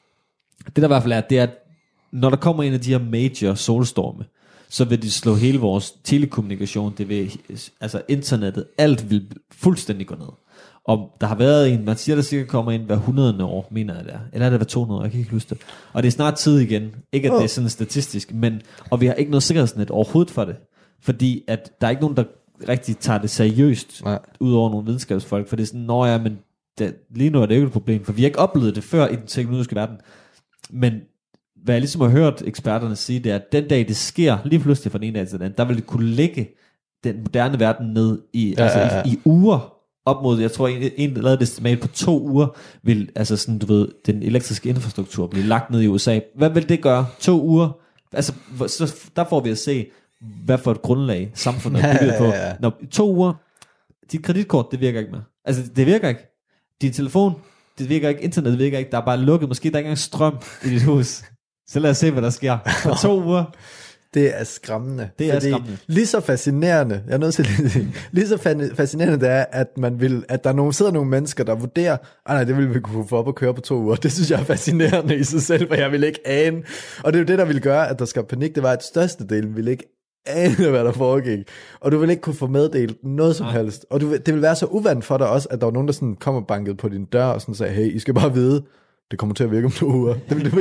det der i hvert fald er, det er, at når der kommer en af de her major solstorme, så vil de slå hele vores telekommunikation, det vil, altså internettet, alt vil fuldstændig gå ned. Og der har været en, man siger, der sikkert kommer ind hver 100 år, mener jeg det er. Eller er det hver 200 år, jeg kan ikke huske det. Og det er snart tid igen. Ikke at det er sådan statistisk, men, og vi har ikke noget sikkerhedsnet overhovedet for det. Fordi at der er ikke nogen, der rigtig tager det seriøst, ud over nogle videnskabsfolk. For det er sådan, men lige nu er det ikke et problem, for vi har ikke oplevet det før i den teknologiske verden. Men hvad jeg ligesom har hørt eksperterne sige, det er, at den dag det sker, lige pludselig fra den ene dag til den anden, der vil det kunne lægge den moderne verden ned i, i uger, op mod, jeg tror en lavede et estimat på 2 uger, vil, altså sådan, du ved, den elektriske infrastruktur blive lagt ned i USA. Hvad vil det gøre? 2 uger? Altså, så der får vi at se, hvad for et grundlag samfundet er bygget på. Når 2 uger, dit kreditkort, det virker ikke mere. Altså, det virker ikke. Din telefon, det virker ikke. Internet virker ikke. Der er bare lukket. Måske der er ikke engang strøm i dit hus. Så lad os se, hvad der sker. For 2 uger. Det er skræmmende. Det er skræmmende. Lige så fascinerende, jeg er nødt til at sige, lige så fascinerende det er, at der sidder nogle mennesker, der vurderer, nej, det vil vi kunne få op og køre på 2 uger. Det synes jeg er fascinerende i sig selv, for jeg vil ikke ane. Og det er jo det, der ville gøre, at der skal panik. Det var, at størstedelen ville ikke ane, hvad der foregik. Og du vil ikke kunne få meddelt noget som helst. Og det vil være så uvandt for dig også, at der var nogen, der sådan kom og bankede på din dør og sådan sagde, hey, I skal bare vide, det kommer til at virke om 2 uger.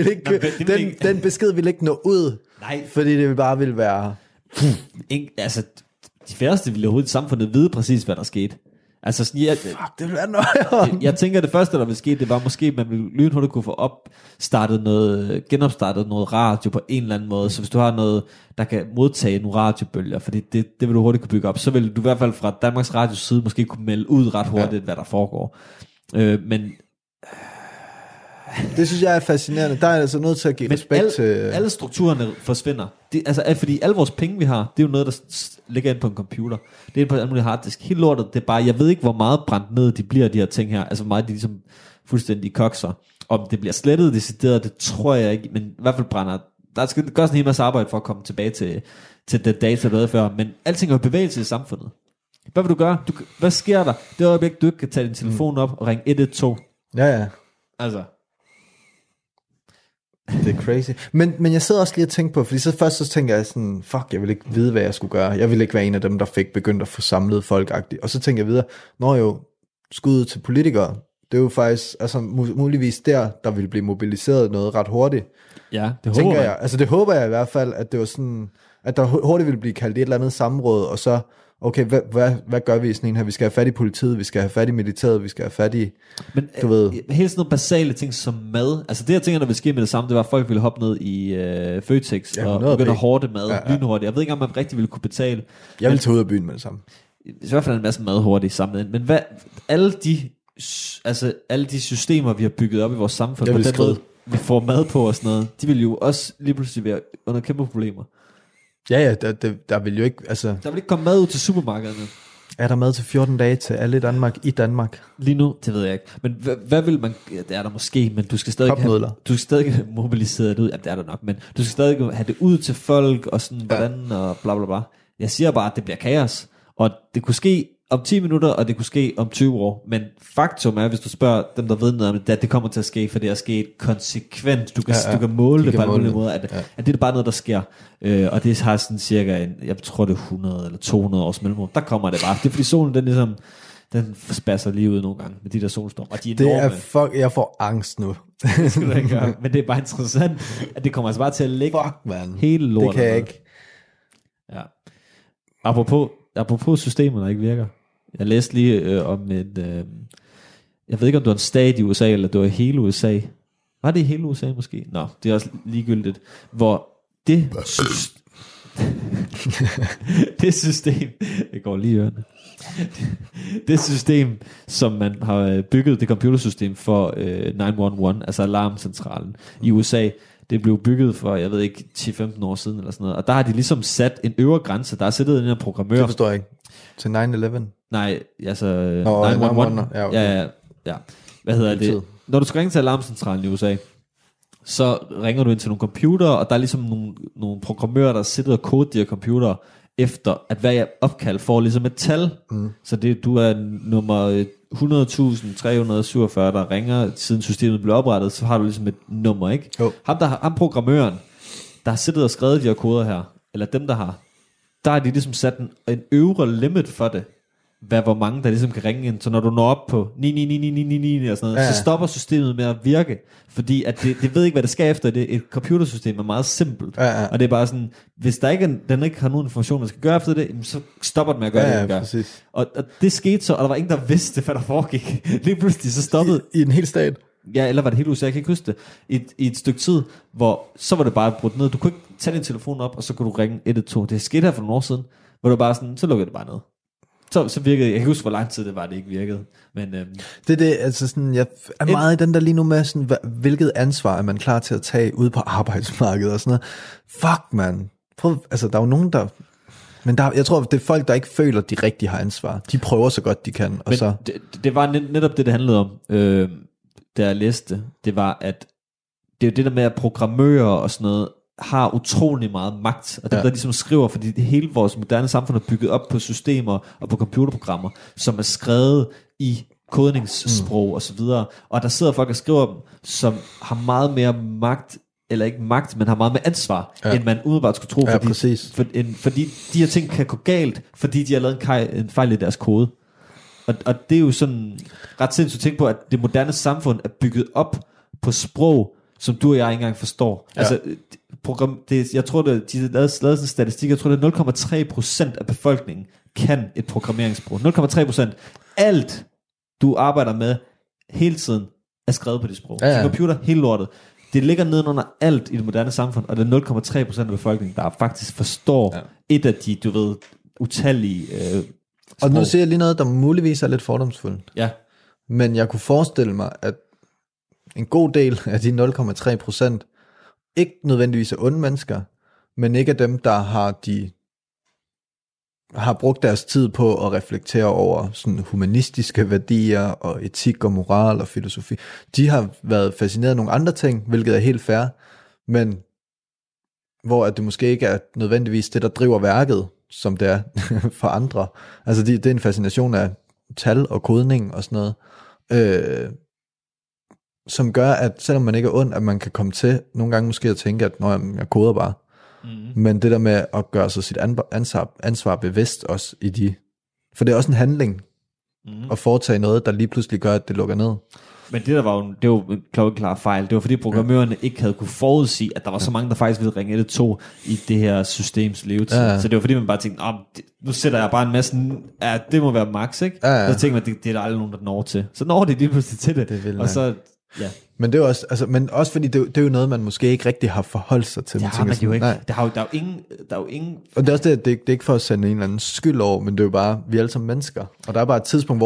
Den besked vil ikke nå ud. Nej. Fordi det bare vil være... Altså, de færreste ville overhovedet i samfundet vide præcis, hvad der skete. Altså sådan, det vil være nøjere. Jeg tænker, det første, der ville ske, det var måske, at man ville lynhurtigt kunne få genopstartet noget radio på en eller anden måde. Så hvis du har noget, der kan modtage nogle radiobølger, fordi det vil du hurtigt kunne bygge op, så vil du i hvert fald fra Danmarks Radios side måske kunne melde ud ret hurtigt, hvad der foregår. Men... Det synes jeg er fascinerende. Der er altså nødt til at give respekt til... alle strukturerne forsvinder. Fordi alle vores penge, vi har, det er jo noget, der ligger ind på en computer. Det er inde på en mulig harddisk. Helt lortet, det er bare, jeg ved ikke, hvor meget brændt ned de bliver, de her ting her. Altså hvor meget de ligesom fuldstændig kokser. Om det bliver slettet, decideret, det tror jeg ikke. Men i hvert fald brænder... Der skal gøres en hel masse arbejde for at komme tilbage til det data, der havde før. Men alting er bevægelse i samfundet. Hvad vil du gøre? Hvad sker der? Det øjeblik, du ikke kan tage din telefon op og ringe 112. Ja. Altså... Det er crazy. Men jeg sidder også lige og tænker på, fordi så tænker jeg sådan, fuck, jeg vil ikke vide, hvad jeg skulle gøre. Jeg vil ikke være en af dem, der fik begyndt at få samlet folk-agtigt. Og så tænker jeg videre, når jo skud til politikere, det er jo faktisk altså, muligvis der vil blive mobiliseret noget ret hurtigt. Ja, det håber jeg. Altså det håber jeg i hvert fald, at det var sådan, at der hurtigt ville blive kaldt et eller andet samråd, og så okay, hvad gør vi i sådan en her? Vi skal have fat i politiet, vi skal have fat i militæret, vi skal have fat i, men, du ved... Helt sådan nogle basale ting som mad. Altså det, jeg tænker, der vil ske med det samme, det var, at folk ville hoppe ned i Føtex og begynde at hårde mad lynhurtigt. Jeg ved ikke, om man rigtig ville kunne betale. Jeg vil tage ud af byen med det samme. I hvert fald en masse mad hurtigt samlet. Men alle de systemer, vi har bygget op i vores samfund, vi får mad på og sådan noget, de vil jo også lige pludselig være under kæmpe problemer. Ja, der vil jo ikke, altså... Der vil ikke komme mad ud til supermarkederne. Er der mad til 14 dage til alle i Danmark? Lige nu, det ved jeg ikke. Men hvad vil man... Ja, det er der måske, men du skal stadig have mobiliseret det ud. Ja, det er der nok, men du skal stadig have det ud til folk, og sådan, hvordan, og bla bla bla. Jeg siger bare, at det bliver kaos. Og det kunne ske om 10 minutter, og det kunne ske om 20 år. Men faktum er, hvis du spørger dem, der ved noget om det, at det kommer til at ske, for det er sket konsekvent. Du kan måle det på alle mulige måder, at det er bare noget, der sker. Og det har sådan cirka, jeg tror det er 100 eller 200 års mellemrum. Der kommer det bare. Det er fordi solen, den spasser lige ud nogle gange med de der solstorm. Og de er enorme. Jeg får angst nu. Det skal du ikke gøre. Men det er bare interessant, at det kommer altså bare til at ligge hele lortet. Det kan jeg ikke. Ja. Apropos systemer, der ikke virker. Jeg læste lige om jeg ved ikke, om det var en stat i USA, eller det var hele USA. Var det i hele USA måske? Nå, det er også ligegyldigt. Hvor det system, det går lige i ørerne. Det system, som man har bygget, det computersystem for 911, altså alarmcentralen i USA, det blev bygget for, jeg ved ikke, 10-15 år siden eller sådan noget. Og der har de ligesom sat en øvre grænse. Der er siddet en her programmør. Det forstår jeg ikke. Til 9/11? Nej, altså 911. Ja. Hvad hedder det? Når du skal ringe til alarmcentralen i USA, så ringer du ind til nogle computer, og der er ligesom nogle programmører, der sidder og koder de her computer, efter at hver opkald får ligesom et tal. Så du er nummer 100.347, der ringer, siden systemet blev oprettet, så har du ligesom et nummer, ikke? Ham programmøren, der har siddet og skrevet de her koder her, eller dem, der har de ligesom sat en øvre limit for det, hvor mange der ligesom kan ringe ind. Så når du når op på 99999 og sådan noget, så stopper systemet med at virke, fordi at det ved ikke, hvad det skal efter. Et computersystem er meget simpelt, og det er bare sådan, hvis den ikke har nogen information, der skal gøre efter det, så stopper den med at gøre det, den gør. Og det skete så, og der var ingen, der vidste, hvad der foregik. Lige pludselig så stoppede... I en hel stat? Ja, eller var det helt USA, jeg kan ikke huske det. I et stykke tid, hvor så var det bare brudt ned. Du kunne ikke tage din telefon op, og så kunne du ringe 112. Det skete her for nogle år siden, hvor det bare sådan, så lukkede det bare ned. Så virkede jeg kan huske, hvor lang tid det var, det ikke virkede. Men, det, altså sådan, jeg er meget i den der lige nu med, sådan, hvilket ansvar er man klar til at tage ude på arbejdsmarkedet og sådan noget. Fuck, man. Altså, der er jo nogen, der... Men jeg tror, det er folk, der ikke føler, at de rigtig har ansvar. De prøver så godt, de kan. Og men så... det var netop det handlede om, da jeg læste. Det var, at det er jo det der med, at programmører og sådan noget, har utrolig meget magt, og det der ligesom skriver, fordi hele vores moderne samfund er bygget op på systemer og på computerprogrammer, som er skrevet i kodningssprog og så videre, og der sidder folk og skriver dem, som har meget mere magt, eller ikke magt, men har meget mere ansvar, end man umiddelbart skulle tro, fordi de her ting kan gå galt, fordi de har lavet en fejl i deres kode. Og det er jo sådan ret sindssygt at tænke på, at det moderne samfund er bygget op på sprog, som du og jeg ikke engang forstår. Altså, jeg tror, de lavede sådan en statistik, jeg tror, det er 0,3% af befolkningen kan et programmeringssprog. 0,3%. Alt, du arbejder med hele tiden, er skrevet på dit sprog. Så computer, hele lortet. Det ligger nedenunder alt i det moderne samfund, og det er 0,3% af befolkningen, der faktisk forstår et af de, du ved, utallige sprog. Og nu siger jeg lige noget, der muligvis er lidt fordomsfuldt. Ja. Men jeg kunne forestille mig, at en god del af de 0,3% ikke nødvendigvis er onde mennesker, men ikke af dem, der har brugt deres tid på at reflektere over sådan humanistiske værdier og etik og moral og filosofi. De har været fascineret af nogle andre ting, hvilket er helt fair, men hvor at det måske ikke er nødvendigvis det, der driver værket, som det er for andre. Altså det er en fascination af tal og kodning og sådan noget, som gør, at selvom man ikke er ond, at man kan komme til nogle gange måske at tænke, at jeg koder bare. Men det der med at gøre sig sit ansvar bevidst også i de... For det er også en handling at foretage noget, der lige pludselig gør, at det lukker ned. Men det var jo en klokkeklar fejl. Det var fordi programmørerne ikke havde kunne forudsige, at der var så mange, der faktisk ville ringe 112 i det her systems levetid. Så det var fordi, man bare tænkte, nu sætter jeg bare en masse... Ja, det må være max, ikke? Så tænkte man, det er der aldrig nogen, der når til. Så når det lige pludselig til det. Og så... Ja. Men det er også, altså, men også fordi det er jo noget, man måske ikke rigtig har forholdt sig til. Det har man jo ikke. Der er jo ingen... Og det er også det er ikke for at sende en eller anden skyld over, men det er jo bare, vi er alle sammen mennesker. Og der er bare et tidspunkt, hvor du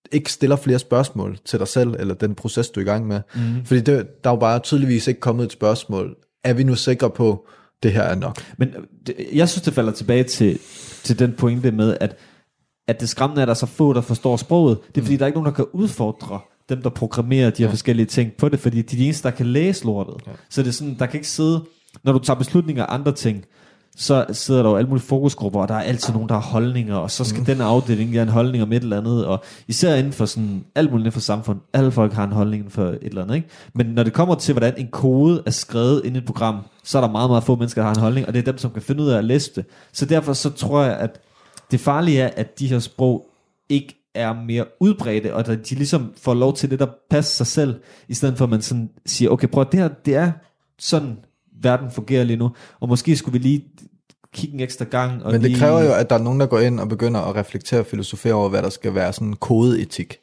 ikke stiller flere spørgsmål til dig selv, eller den proces, du er i gang med. Fordi der er jo bare tydeligvis ikke kommet et spørgsmål. Er vi nu sikre på, det her er nok? Men jeg synes, det falder tilbage til den pointe med, at det skræmmende er, at der er så få, der forstår sproget. Det er fordi, der er ikke nogen, der kan udfordre dem, der programmerer de her forskellige ting på det, fordi de er de eneste, der kan læse lortet. Ja. Så det er sådan, der kan ikke sidde, når du tager beslutninger af andre ting, så sidder der jo alle mulige fokusgrupper, og der er altid nogen, der har holdninger, og så skal den afdeling have en holdning om et eller andet, og især inden for sådan, alt muligt inden for samfund, alle folk har en holdning for et eller andet, ikke? Men når det kommer til, hvordan en kode er skrevet ind i et program, så er der meget, meget få mennesker, der har en holdning, og det er dem, som kan finde ud af at læse det. Så derfor så tror jeg, at det farlige er, at de her sprog ikke er mere udbredte, og at de ligesom får lov til det, der passer sig selv, i stedet for at man sådan siger, okay, prøv, det her, det er sådan, verden fungerer lige nu, og måske skulle vi lige kigge en ekstra gang. Og men det kræver jo, at der er nogen, der går ind og begynder at reflektere og filosofere over, hvad der skal være sådan en kodeetik.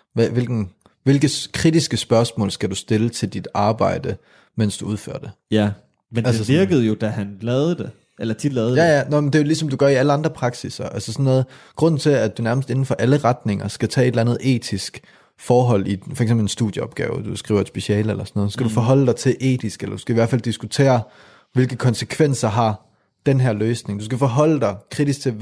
Hvilke kritiske spørgsmål skal du stille til dit arbejde, mens du udfører det? Ja, men altså det virkede jo, da han lavede det. Eller de lavede det. Ja, men det er jo ligesom du gør i alle andre praksiser. Altså sådan noget, grunden til, at du nærmest inden for alle retninger skal tage et eller andet etisk forhold i, for eksempel en studieopgave, du skriver et speciale eller sådan noget, skal du forholde dig til etisk, eller du skal i hvert fald diskutere, hvilke konsekvenser har den her løsning. Du skal forholde dig kritisk til,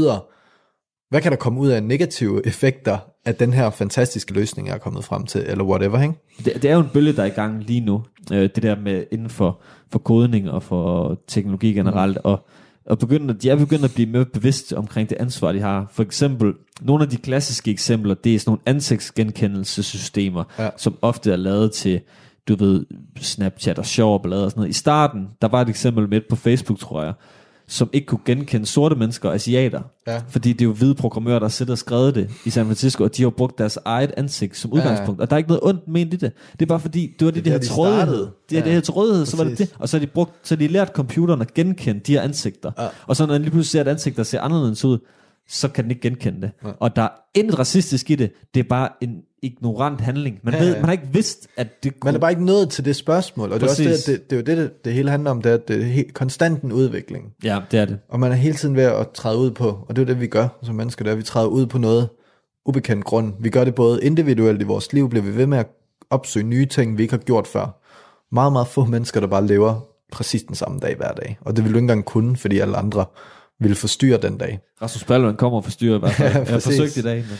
hvad kan der komme ud af negative effekter af den her fantastiske løsning, jeg er kommet frem til, eller whatever, ikke? Det er jo en bølge, der er i gang lige nu, det der med inden for kodning og for teknologi generelt, og de er begyndt at blive mere bevidste omkring det ansvar, de har. For eksempel, nogle af de klassiske eksempler, det er sådan nogle ansigtsgenkendelsessystemer, som ofte er lavet til, du ved, Snapchat og sjov og ballade og sådan noget. I starten, der var et eksempel med på Facebook, tror jeg, som ikke kunne genkende sorte mennesker og asiater. Ja. Fordi det er jo hvide programmører, der sidder og skrevet det i San Francisco, og de har brugt deres eget ansigt som udgangspunkt. Og der er ikke noget ondt ment i det. Det er bare fordi, det var det, de havde til rådighed. Det havde til rådighed, så var det det. Og så har de lært computeren at genkende de her ansigter. Ja. Og så når de lige pludselig ser et ansigt, der ser anderledes ud, så kan den ikke genkende det. Ja. Og der er intet racistisk i det. Det er bare en ignorant handling. Man har ikke vidst, at det kunne... Man er bare ikke nået til det spørgsmål. Og det er også det er jo det hele handler om, det er, at det er konstant en udvikling. Ja, det er det. Og man er hele tiden ved at træde ud på, og det er det, vi gør som mennesker, det er, at vi træder ud på noget ubekendt grund. Vi gør det både individuelt i vores liv, bliver vi ved med at opsøge nye ting, vi ikke har gjort før. Meget, meget få mennesker, der bare lever præcis den samme dag hver dag. Og det vil du ikke engang kunne, fordi alle andre ville forstyrre den dag. Rasmus Paludan kommer og forstyrrer i hvert fald. Jeg har forsøgt i dag.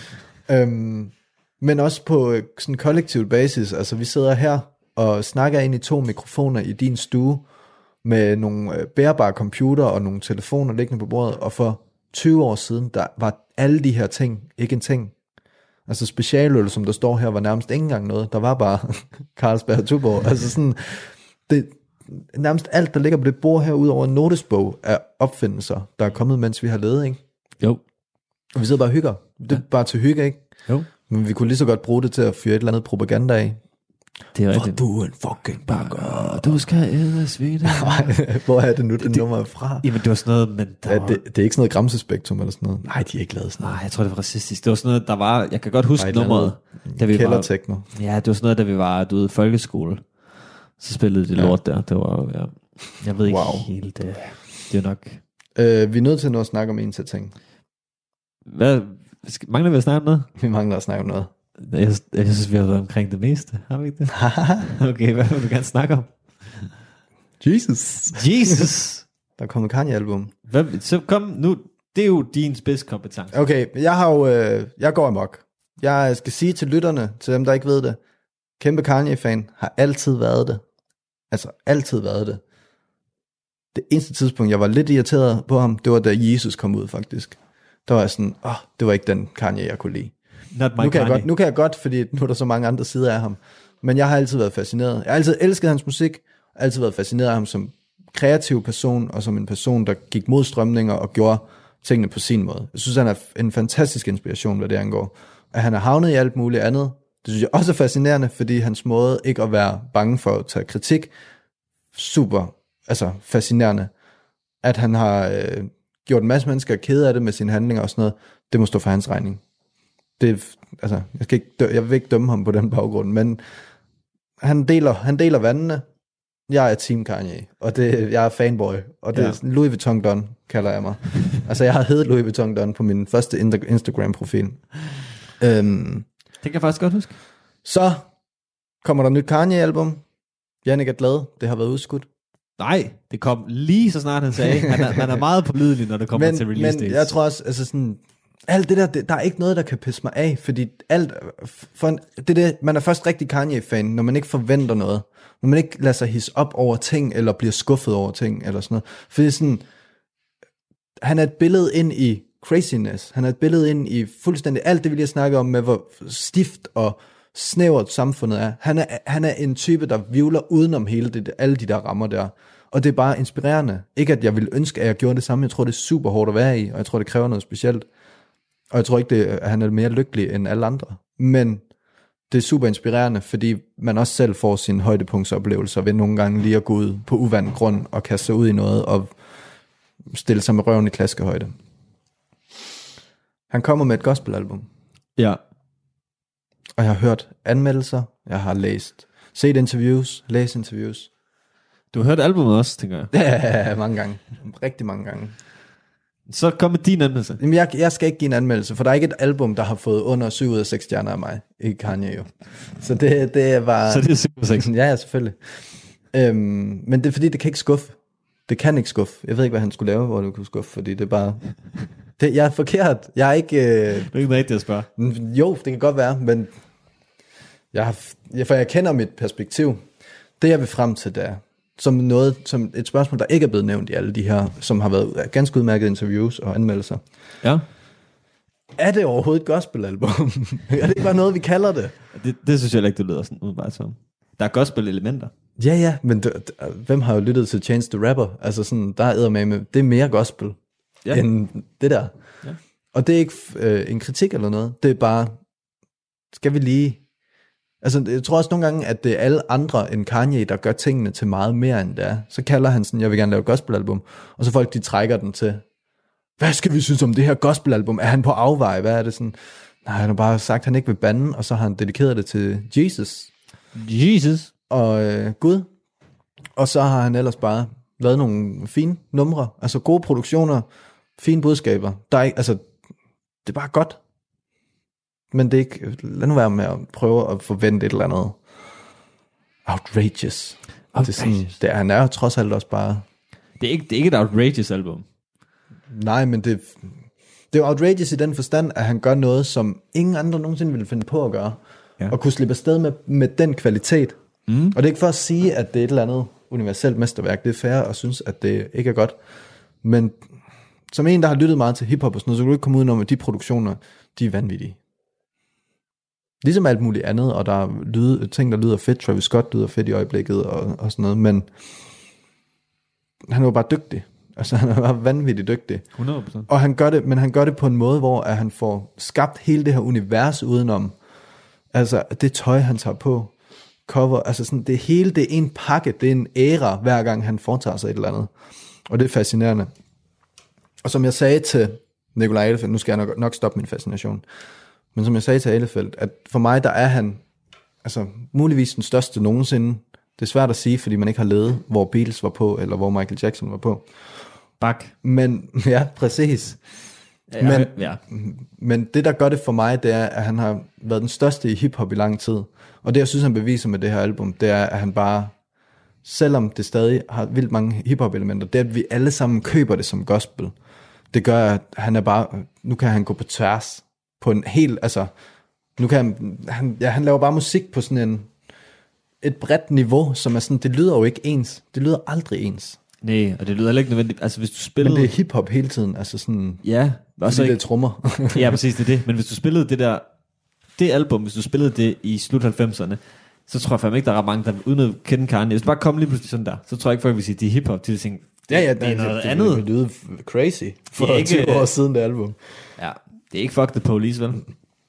Men også på sådan en kollektiv basis. Altså vi sidder her og snakker ind i 2 mikrofoner i din stue med nogle bærbare computer og nogle telefoner liggende på bordet. Og for 20 år siden, der var alle de her ting ikke en ting. Altså specialøl, som der står her, var nærmest ikke engang noget. Der var bare Carlsberg og Tuborg. Altså sådan... nærmest alt, der ligger på det bord her, ud over en notesbog af opfindelser, der er kommet, mens vi har levet, ikke? Jo. Og vi sidder bare og hygger. Det er bare til hygge, ikke? Jo. Men vi kunne lige så godt bruge det til at fyre et eller andet propaganda af. Det er rigtigt. For du er en fucking bakker. Du skal æde svine. Hvor er det nu, det nummer er fra? Jamen, det var sådan noget, men det er ikke sådan noget Gramsespektrum eller sådan noget. Nej, de har ikke lavet sådan noget. Nej, jeg tror, det var racistisk. Det var sådan noget, der var... Jeg kan godt huske nummeret. Kældertekno. Ja, det var sådan noget, da vi var ude i folkeskole. Så spillede det lort der. Det var, ja. Jeg ved ikke helt, det er nok... Vi er nødt til at snakke om en til ting. Hvad? Mangler vi at snakke om noget? Vi mangler at snakke om noget. Jeg synes, vi har været omkring det meste. Har vi ikke det? Okay, hvad vil du gerne snakke om? Jesus. Der er kommet Kanye-album. Så kom nu. Det er jo din spidskompetence. Okay, jeg går amok. Jeg skal sige til lytterne, til dem, der ikke ved det, kæmpe Kanye-fan, har altid været det. Altså, altid været det. Det eneste tidspunkt, jeg var lidt irriteret på ham, det var da Jesus kom ud, faktisk. Der var jeg sådan, det var ikke den Kanye, jeg kunne lide. Nu kan jeg godt, fordi nu er der så mange andre sider af ham. Men jeg har altid været fascineret. Jeg har altid elsket hans musik, altid været fascineret af ham som kreativ person, og som en person, der gik mod strømninger og gjorde tingene på sin måde. Jeg synes, han er en fantastisk inspiration, hvad det angår. At han er havnet i alt muligt andet, det synes jeg også er fascinerende, fordi hans måde ikke at være bange for at tage kritik, super, altså fascinerende. At han har gjort en masse mennesker kede af det med sine handlinger og sådan noget, det må stå for hans regning. Det, altså, jeg vil ikke dømme ham på den baggrund, men han deler vandene. Jeg er Team Kanye, og jeg er fanboy, og det er Louis Vuitton Don, kalder jeg mig. Altså, jeg har heddet Louis Vuitton Don på min første Instagram-profil. Det kan jeg faktisk godt huske. Så kommer der et nyt Kanye-album. Jannik er glad. Det har været udskudt. Nej, det kom lige så snart han sagde. Man er meget pålidelig, når det kommer til release dates. Men jeg tror også, altså sådan, alt det der er ikke noget, der kan pisse mig af, fordi man er først rigtig Kanye-fan, når man ikke forventer noget. Når man ikke lader sig hisse op over ting, eller bliver skuffet over ting, eller sådan noget. Fordi sådan, han er et billede ind i craziness. Han er et billede ind i fuldstændig alt det, vi lige har snakket om, med hvor stift og snævert samfundet er. Han er en type, der vivler udenom alle de der rammer der. Og det er bare inspirerende. Ikke at jeg ville ønske, at jeg gjorde det samme. Jeg tror, det er super hårdt at være i, og jeg tror, det kræver noget specielt. Og jeg tror ikke, at han er mere lykkelig end alle andre. Men det er super inspirerende, fordi man også selv får sine højdepunktsoplevelser ved nogle gange lige at gå ud på uvandt grund og kaste sig ud i noget og stille sig med røven i klaskehøjde. Han kommer med et gospelalbum. Ja. Og jeg har hørt anmeldelser, jeg har set interviews, læst interviews. Du har hørt albumet også, tænker jeg. Ja, mange gange. Rigtig mange gange. Så kom med din anmeldelse. Jamen, jeg skal ikke give en anmeldelse, for der er ikke et album, der har fået under 7 ud af 6 stjerner af mig. Ikke Kanye jo. Så det var... Så det er 7 ud af 6? Ja, selvfølgelig. Men det er fordi, det kan ikke skuffe. Det kan ikke skuffe. Jeg ved ikke, hvad han skulle lave, hvor det kunne skuffe, fordi det er bare... jeg er forkert. Jeg er ikke... Det er ikke rigtigt at spørge. Jo, det kan godt være, men... For jeg kender mit perspektiv. Det jeg vil frem til, der som et spørgsmål, der ikke er blevet nævnt i alle de her, som har været ganske udmærkede interviews og anmeldelser. Ja. Er det overhovedet et gospelalbum? Er det ikke bare noget, vi kalder det? Det synes jeg ikke, det lyder sådan udebart som. Der er gospel-elementer. Ja, men hvem har jo lyttet til Chance the Rapper? Altså sådan, der er eddermame, det er mere gospel end det der. Ja. Og det er ikke en kritik eller noget. Det er bare, skal vi lige... Altså, jeg tror også nogle gange, at det er alle andre end Kanye, der gør tingene til meget mere end det er. Så kalder han sådan, jeg vil gerne lave et gospelalbum. Og så folk, de trækker den til, hvad skal vi synes om det her gospelalbum? Er han på afveje? Hvad er det sådan? Nej, han har bare sagt, at han ikke vil bande, og så har han dedikeret det til Jesus. Og Gud. Og så har han ellers bare lavet nogle fine numre, altså gode produktioner, fine budskaber. Der er ikke, altså, det er bare godt. Men det er ikke, lad nu være med at prøve at forvente et eller andet outrageous. Det er sådan, han er jo trods alt også bare... Det er ikke et outrageous album. Nej, men det er jo outrageous i den forstand, at han gør noget, som ingen andre nogensinde ville finde på at gøre. Ja. Og kunne slippe afsted med den kvalitet. Mm. Og det er ikke for at sige, at det er et eller andet universelt mesterværk. Det er fair at synes, at det ikke er godt. Men som en, der har lyttet meget til hiphop og sådan noget, så kan du ikke komme udenom, at de produktioner, de er vanvittige. Ligesom alt muligt andet, og der er ting, der lyder fedt. Travis Scott lyder fedt i øjeblikket og sådan noget, men han er jo bare dygtig. Altså han er bare vanvittigt dygtig. 100%. Og han gør det på en måde, hvor at han får skabt hele det her univers udenom. Altså det tøj, han tager på, cover, altså sådan det hele, det er en pakke, det er en æra, hver gang han foretager sig et eller andet. Og det er fascinerende. Og som jeg sagde til Nikolaj Ahlefeldt, nu skal jeg nok stoppe min fascination, men som jeg sagde til Ahlefeldt, at for mig, der er han altså muligvis den største nogensinde. Det er svært at sige, fordi man ikke har levet, hvor Beatles var på, eller hvor Michael Jackson var på. Bak. Men, ja, præcis. Men det, der gør det for mig, det er, at han har været den største i hiphop i lang tid. Og det, jeg synes, han beviser med det her album, det er, at han bare, selvom det stadig har vildt mange hiphop-elementer, det er, at vi alle sammen køber det som gospel. Det gør, at han er bare, nu kan han gå på tværs på en helt, altså, nu kan han laver bare musik på sådan et bredt niveau, som er sådan, det lyder jo ikke ens. Det lyder aldrig ens. Nej, og det lyder heller ikke nødvendigt. Altså, hvis du spillede... Men det er hiphop hele tiden, altså sådan... Ja. Fordi det er trommer. Ja, præcis, det er det. Men hvis du spillede det album, hvis du spillede det i slut 90'erne, så tror jeg fandme ikke, der er mange, der uden at kende Kanye. Hvis du bare kom lige pludselig sådan der, så tror jeg ikke, folk vil sige, det er hiphop. De vil tænke, det er noget andet. Det lyder crazy for ikke, 20 år siden, det album. Ja, det er ikke Fuck the Police, vel?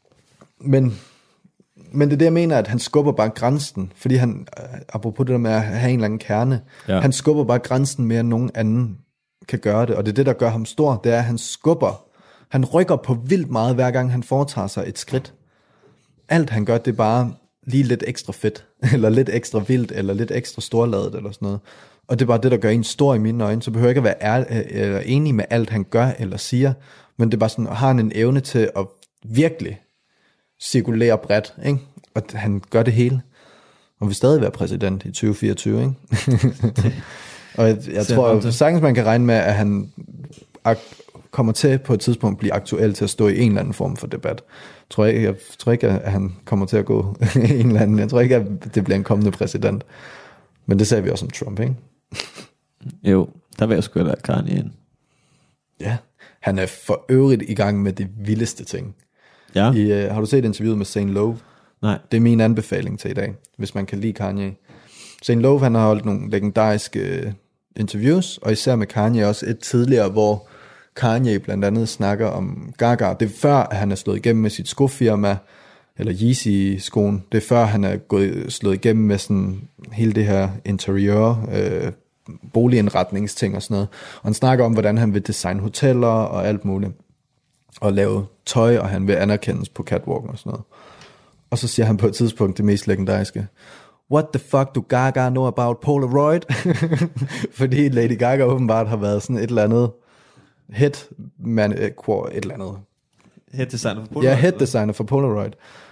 Men det er det, jeg mener, at han skubber bare grænsen, fordi han, apropos det der med at have en eller anden kerne, han skubber bare grænsen mere end nogen anden kan gøre det, og det er det, der gør ham stor, det er, at han rykker på vildt meget, hver gang han foretager sig et skridt. Alt han gør, det er bare lige lidt ekstra fedt, eller lidt ekstra vildt, eller lidt ekstra storladet, eller sådan noget. Og det er bare det, der gør en stor i mine øjne, så behøver jeg ikke at være enig med alt, han gør eller siger, men det er bare sådan, har han en evne til at virkelig cirkulerer bredt, ikke? Og han gør det hele. Og vil stadig være præsident i 2024, ikke? Og jeg tror sagtens, man kan regne med, at han kommer til på et tidspunkt blive aktuel til at stå i en eller anden form for debat. Jeg tror ikke, at han kommer til at gå en eller anden. Jeg tror ikke, at det bliver en kommende præsident. Men det sagde vi også om Trump, ikke? Jo, der vil jeg sgu da Kanye ind. Ja, han er for øvrigt i gang med de vildeste ting. Ja. Har du set interviewet med Zane Lowe? Nej. Det er min anbefaling til i dag, hvis man kan lide Kanye. Zane Lowe, han har holdt nogle legendariske interviews, og især med Kanye også et tidligere, hvor Kanye blandt andet snakker om Gaga. Det er før, at han er slået igennem med sit skofirma, eller Yeezy-skoen. Det er før, han er slået igennem med sådan hele det her interiør, boligindretningsting og sådan noget. Og han snakker om, hvordan han vil designe hoteller og alt muligt. Og lave tøj, og han vil anerkendes på catwalken og sådan noget. Og så siger han på et tidspunkt det mest legendariske: What the fuck do Gaga know about Polaroid? Fordi Lady Gaga åbenbart har været sådan et eller andet et eller andet. Head designer for Polaroid? Ja, head designer for Polaroid.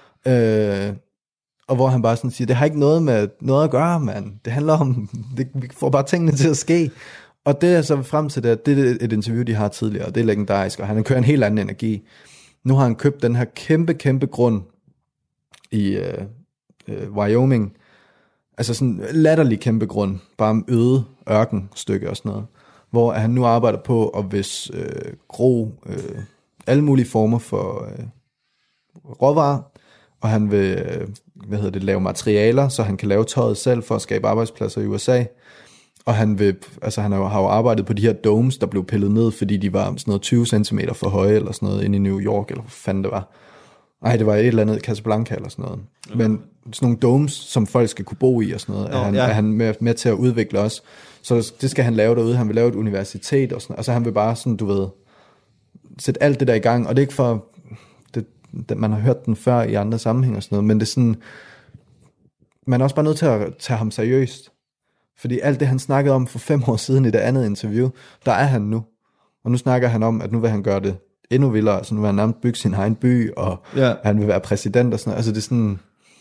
Og hvor han bare sådan siger, det har ikke noget med noget at gøre, mand. Det handler om, vi får bare tingene til at ske. Og det er så frem til det er et interview, de har tidligere, og det er legendarisk, og han kører en helt anden energi. Nu har han købt den her kæmpe grund i Wyoming. Altså sådan en latterlig kæmpe grund, bare øde ørkenstykke og sådan noget. Hvor han nu arbejder på at gro alle mulige former for råvarer, og han vil lave materialer, så han kan lave tøjet selv for at skabe arbejdspladser i USA. Og han har jo arbejdet på de her domes, der blev pillet ned, fordi de var sådan noget 20 cm for høje, eller sådan noget, inde i New York, eller hvad fanden det var. Nej, det var et eller andet Casablanca, eller sådan noget. Men sådan nogle domes, som folk skal kunne bo i, og sådan noget, er han med til at udvikle også. Så det skal han lave derude. Han vil lave et universitet, og sådan noget. Altså han vil bare sådan, du ved, sætte alt det der i gang, og det er ikke for... man har hørt den før i andre sammenhæng og sådan noget, men det er sådan... Man er også bare nødt til at tage ham seriøst. Fordi alt det, han snakkede om for 5 år siden i det andet interview, der er han nu. Og nu snakker han om, at nu vil han gøre det endnu vildere. Altså nu vil han nærmest bygge sin egen by, og han vil være præsident og sådan noget. Altså det er sådan...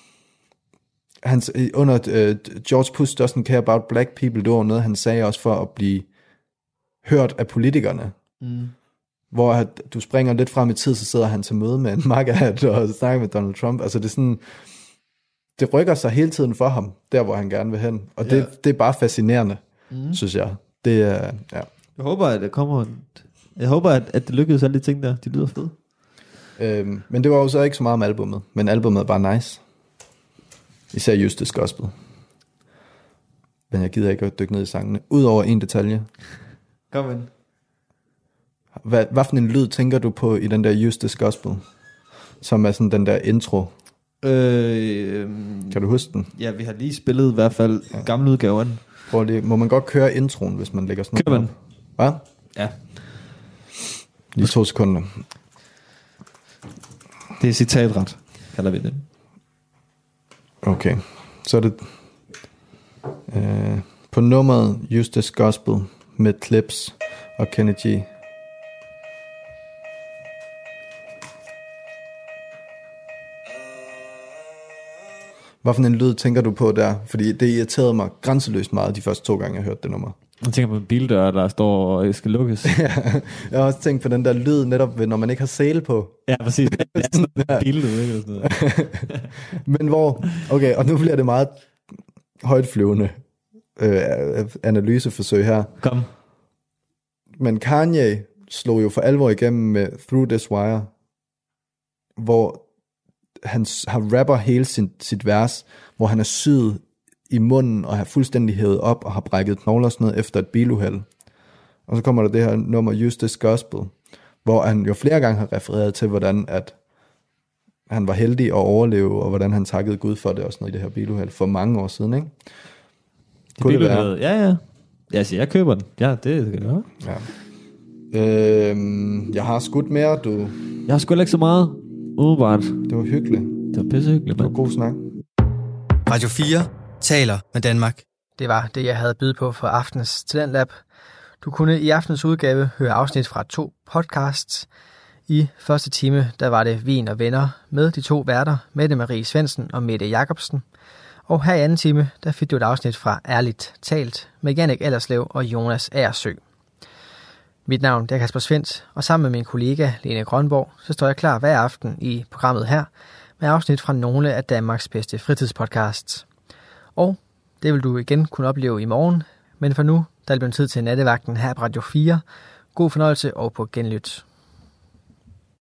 Under George Bush doesn't care about black people, det var noget, han sagde også for at blive hørt af politikerne. Mm. Hvor du springer lidt frem i tid, så sidder han til møde med en MAGA-hat og snakker med Donald Trump. Altså det er sådan... Det rykker sig hele tiden for ham, der hvor han gerne vil hen. Og det er bare fascinerende, synes jeg. Det er, ja. Jeg håber, at det kommer... Jeg håber, at det lykkedes alle de ting der. De lyder fede. Men det var jo så ikke så meget om albummet. Men albummet er bare nice. Især Justice Gospel. Men jeg gider ikke at dykke ned i sangene. Udover en detalje. Kom ind. Hvad for en lyd tænker du på i den der Justice Gospel? Som er sådan den der intro. Kan du huske den? Ja, vi har lige spillet i hvert fald gamle udgaver. Prøv lige. Må man godt køre introen, hvis man lægger sådan noget? Hvad? Ja. Lige 2 sekunder. Det er citatret, kalder vi det. Okay. Så er det på nummeret Justice Gospel med Clips og Kenny G. Hvad for en lyd tænker du på der? Fordi det irriterede mig grænseløst meget de første 2 gange, jeg hørte det nummer. Jeg tænker på en bildør, der står og skal lukkes. Ja, jeg har også tænkt på den der lyd netop, når man ikke har sele på. Ja, præcis. Det er sådan en bildør, ikke? Sådan noget. Men hvor... Okay, og nu bliver det meget højtflyvende analyseforsøg her. Kom. Men Kanye slog jo for alvor igennem med Through This Wire, hvor han har rapper hele sit vers, hvor han er syet i munden, og har fuldstændig hævet op, og har brækket knogler og sådan noget efter et biluheld. Og så kommer der det her nummer, Justice Gospel, hvor han jo flere gange har refereret til, hvordan at han var heldig at overleve, og hvordan han takkede Gud for det, og sådan noget i det her biluheld, for mange år siden, ikke? Kunne det være? Ja. Jeg køber den. Ja, det kan det være. Ja. Jeg har skudt mere, du... Jeg har skudt ikke så meget. Umiddelbart. Det var hyggeligt. Det var pissehyggeligt, mand. Det var god snak. Radio 4 taler med Danmark. Det var det, jeg havde bydet på for aftens Talentlab. Du kunne i aftens udgave høre afsnit fra 2 podcasts. I første time, der var det Vin og Venner med de to værter, Mette Marie Svendsen og Mette Jacobsen. Og her i anden time, der fik du et afsnit fra Ærligt Talt med Jannik Allerslev og Jonas Aersø. Mit navn er Kasper Svendt, og sammen med min kollega Lene Grønborg, så står jeg klar hver aften i programmet her med afsnit fra nogle af Danmarks bedste fritidspodcasts. Og det vil du igen kunne opleve i morgen, men for nu, der er det blevet tid til nattevagten her på Radio 4. God fornøjelse og på genlyt.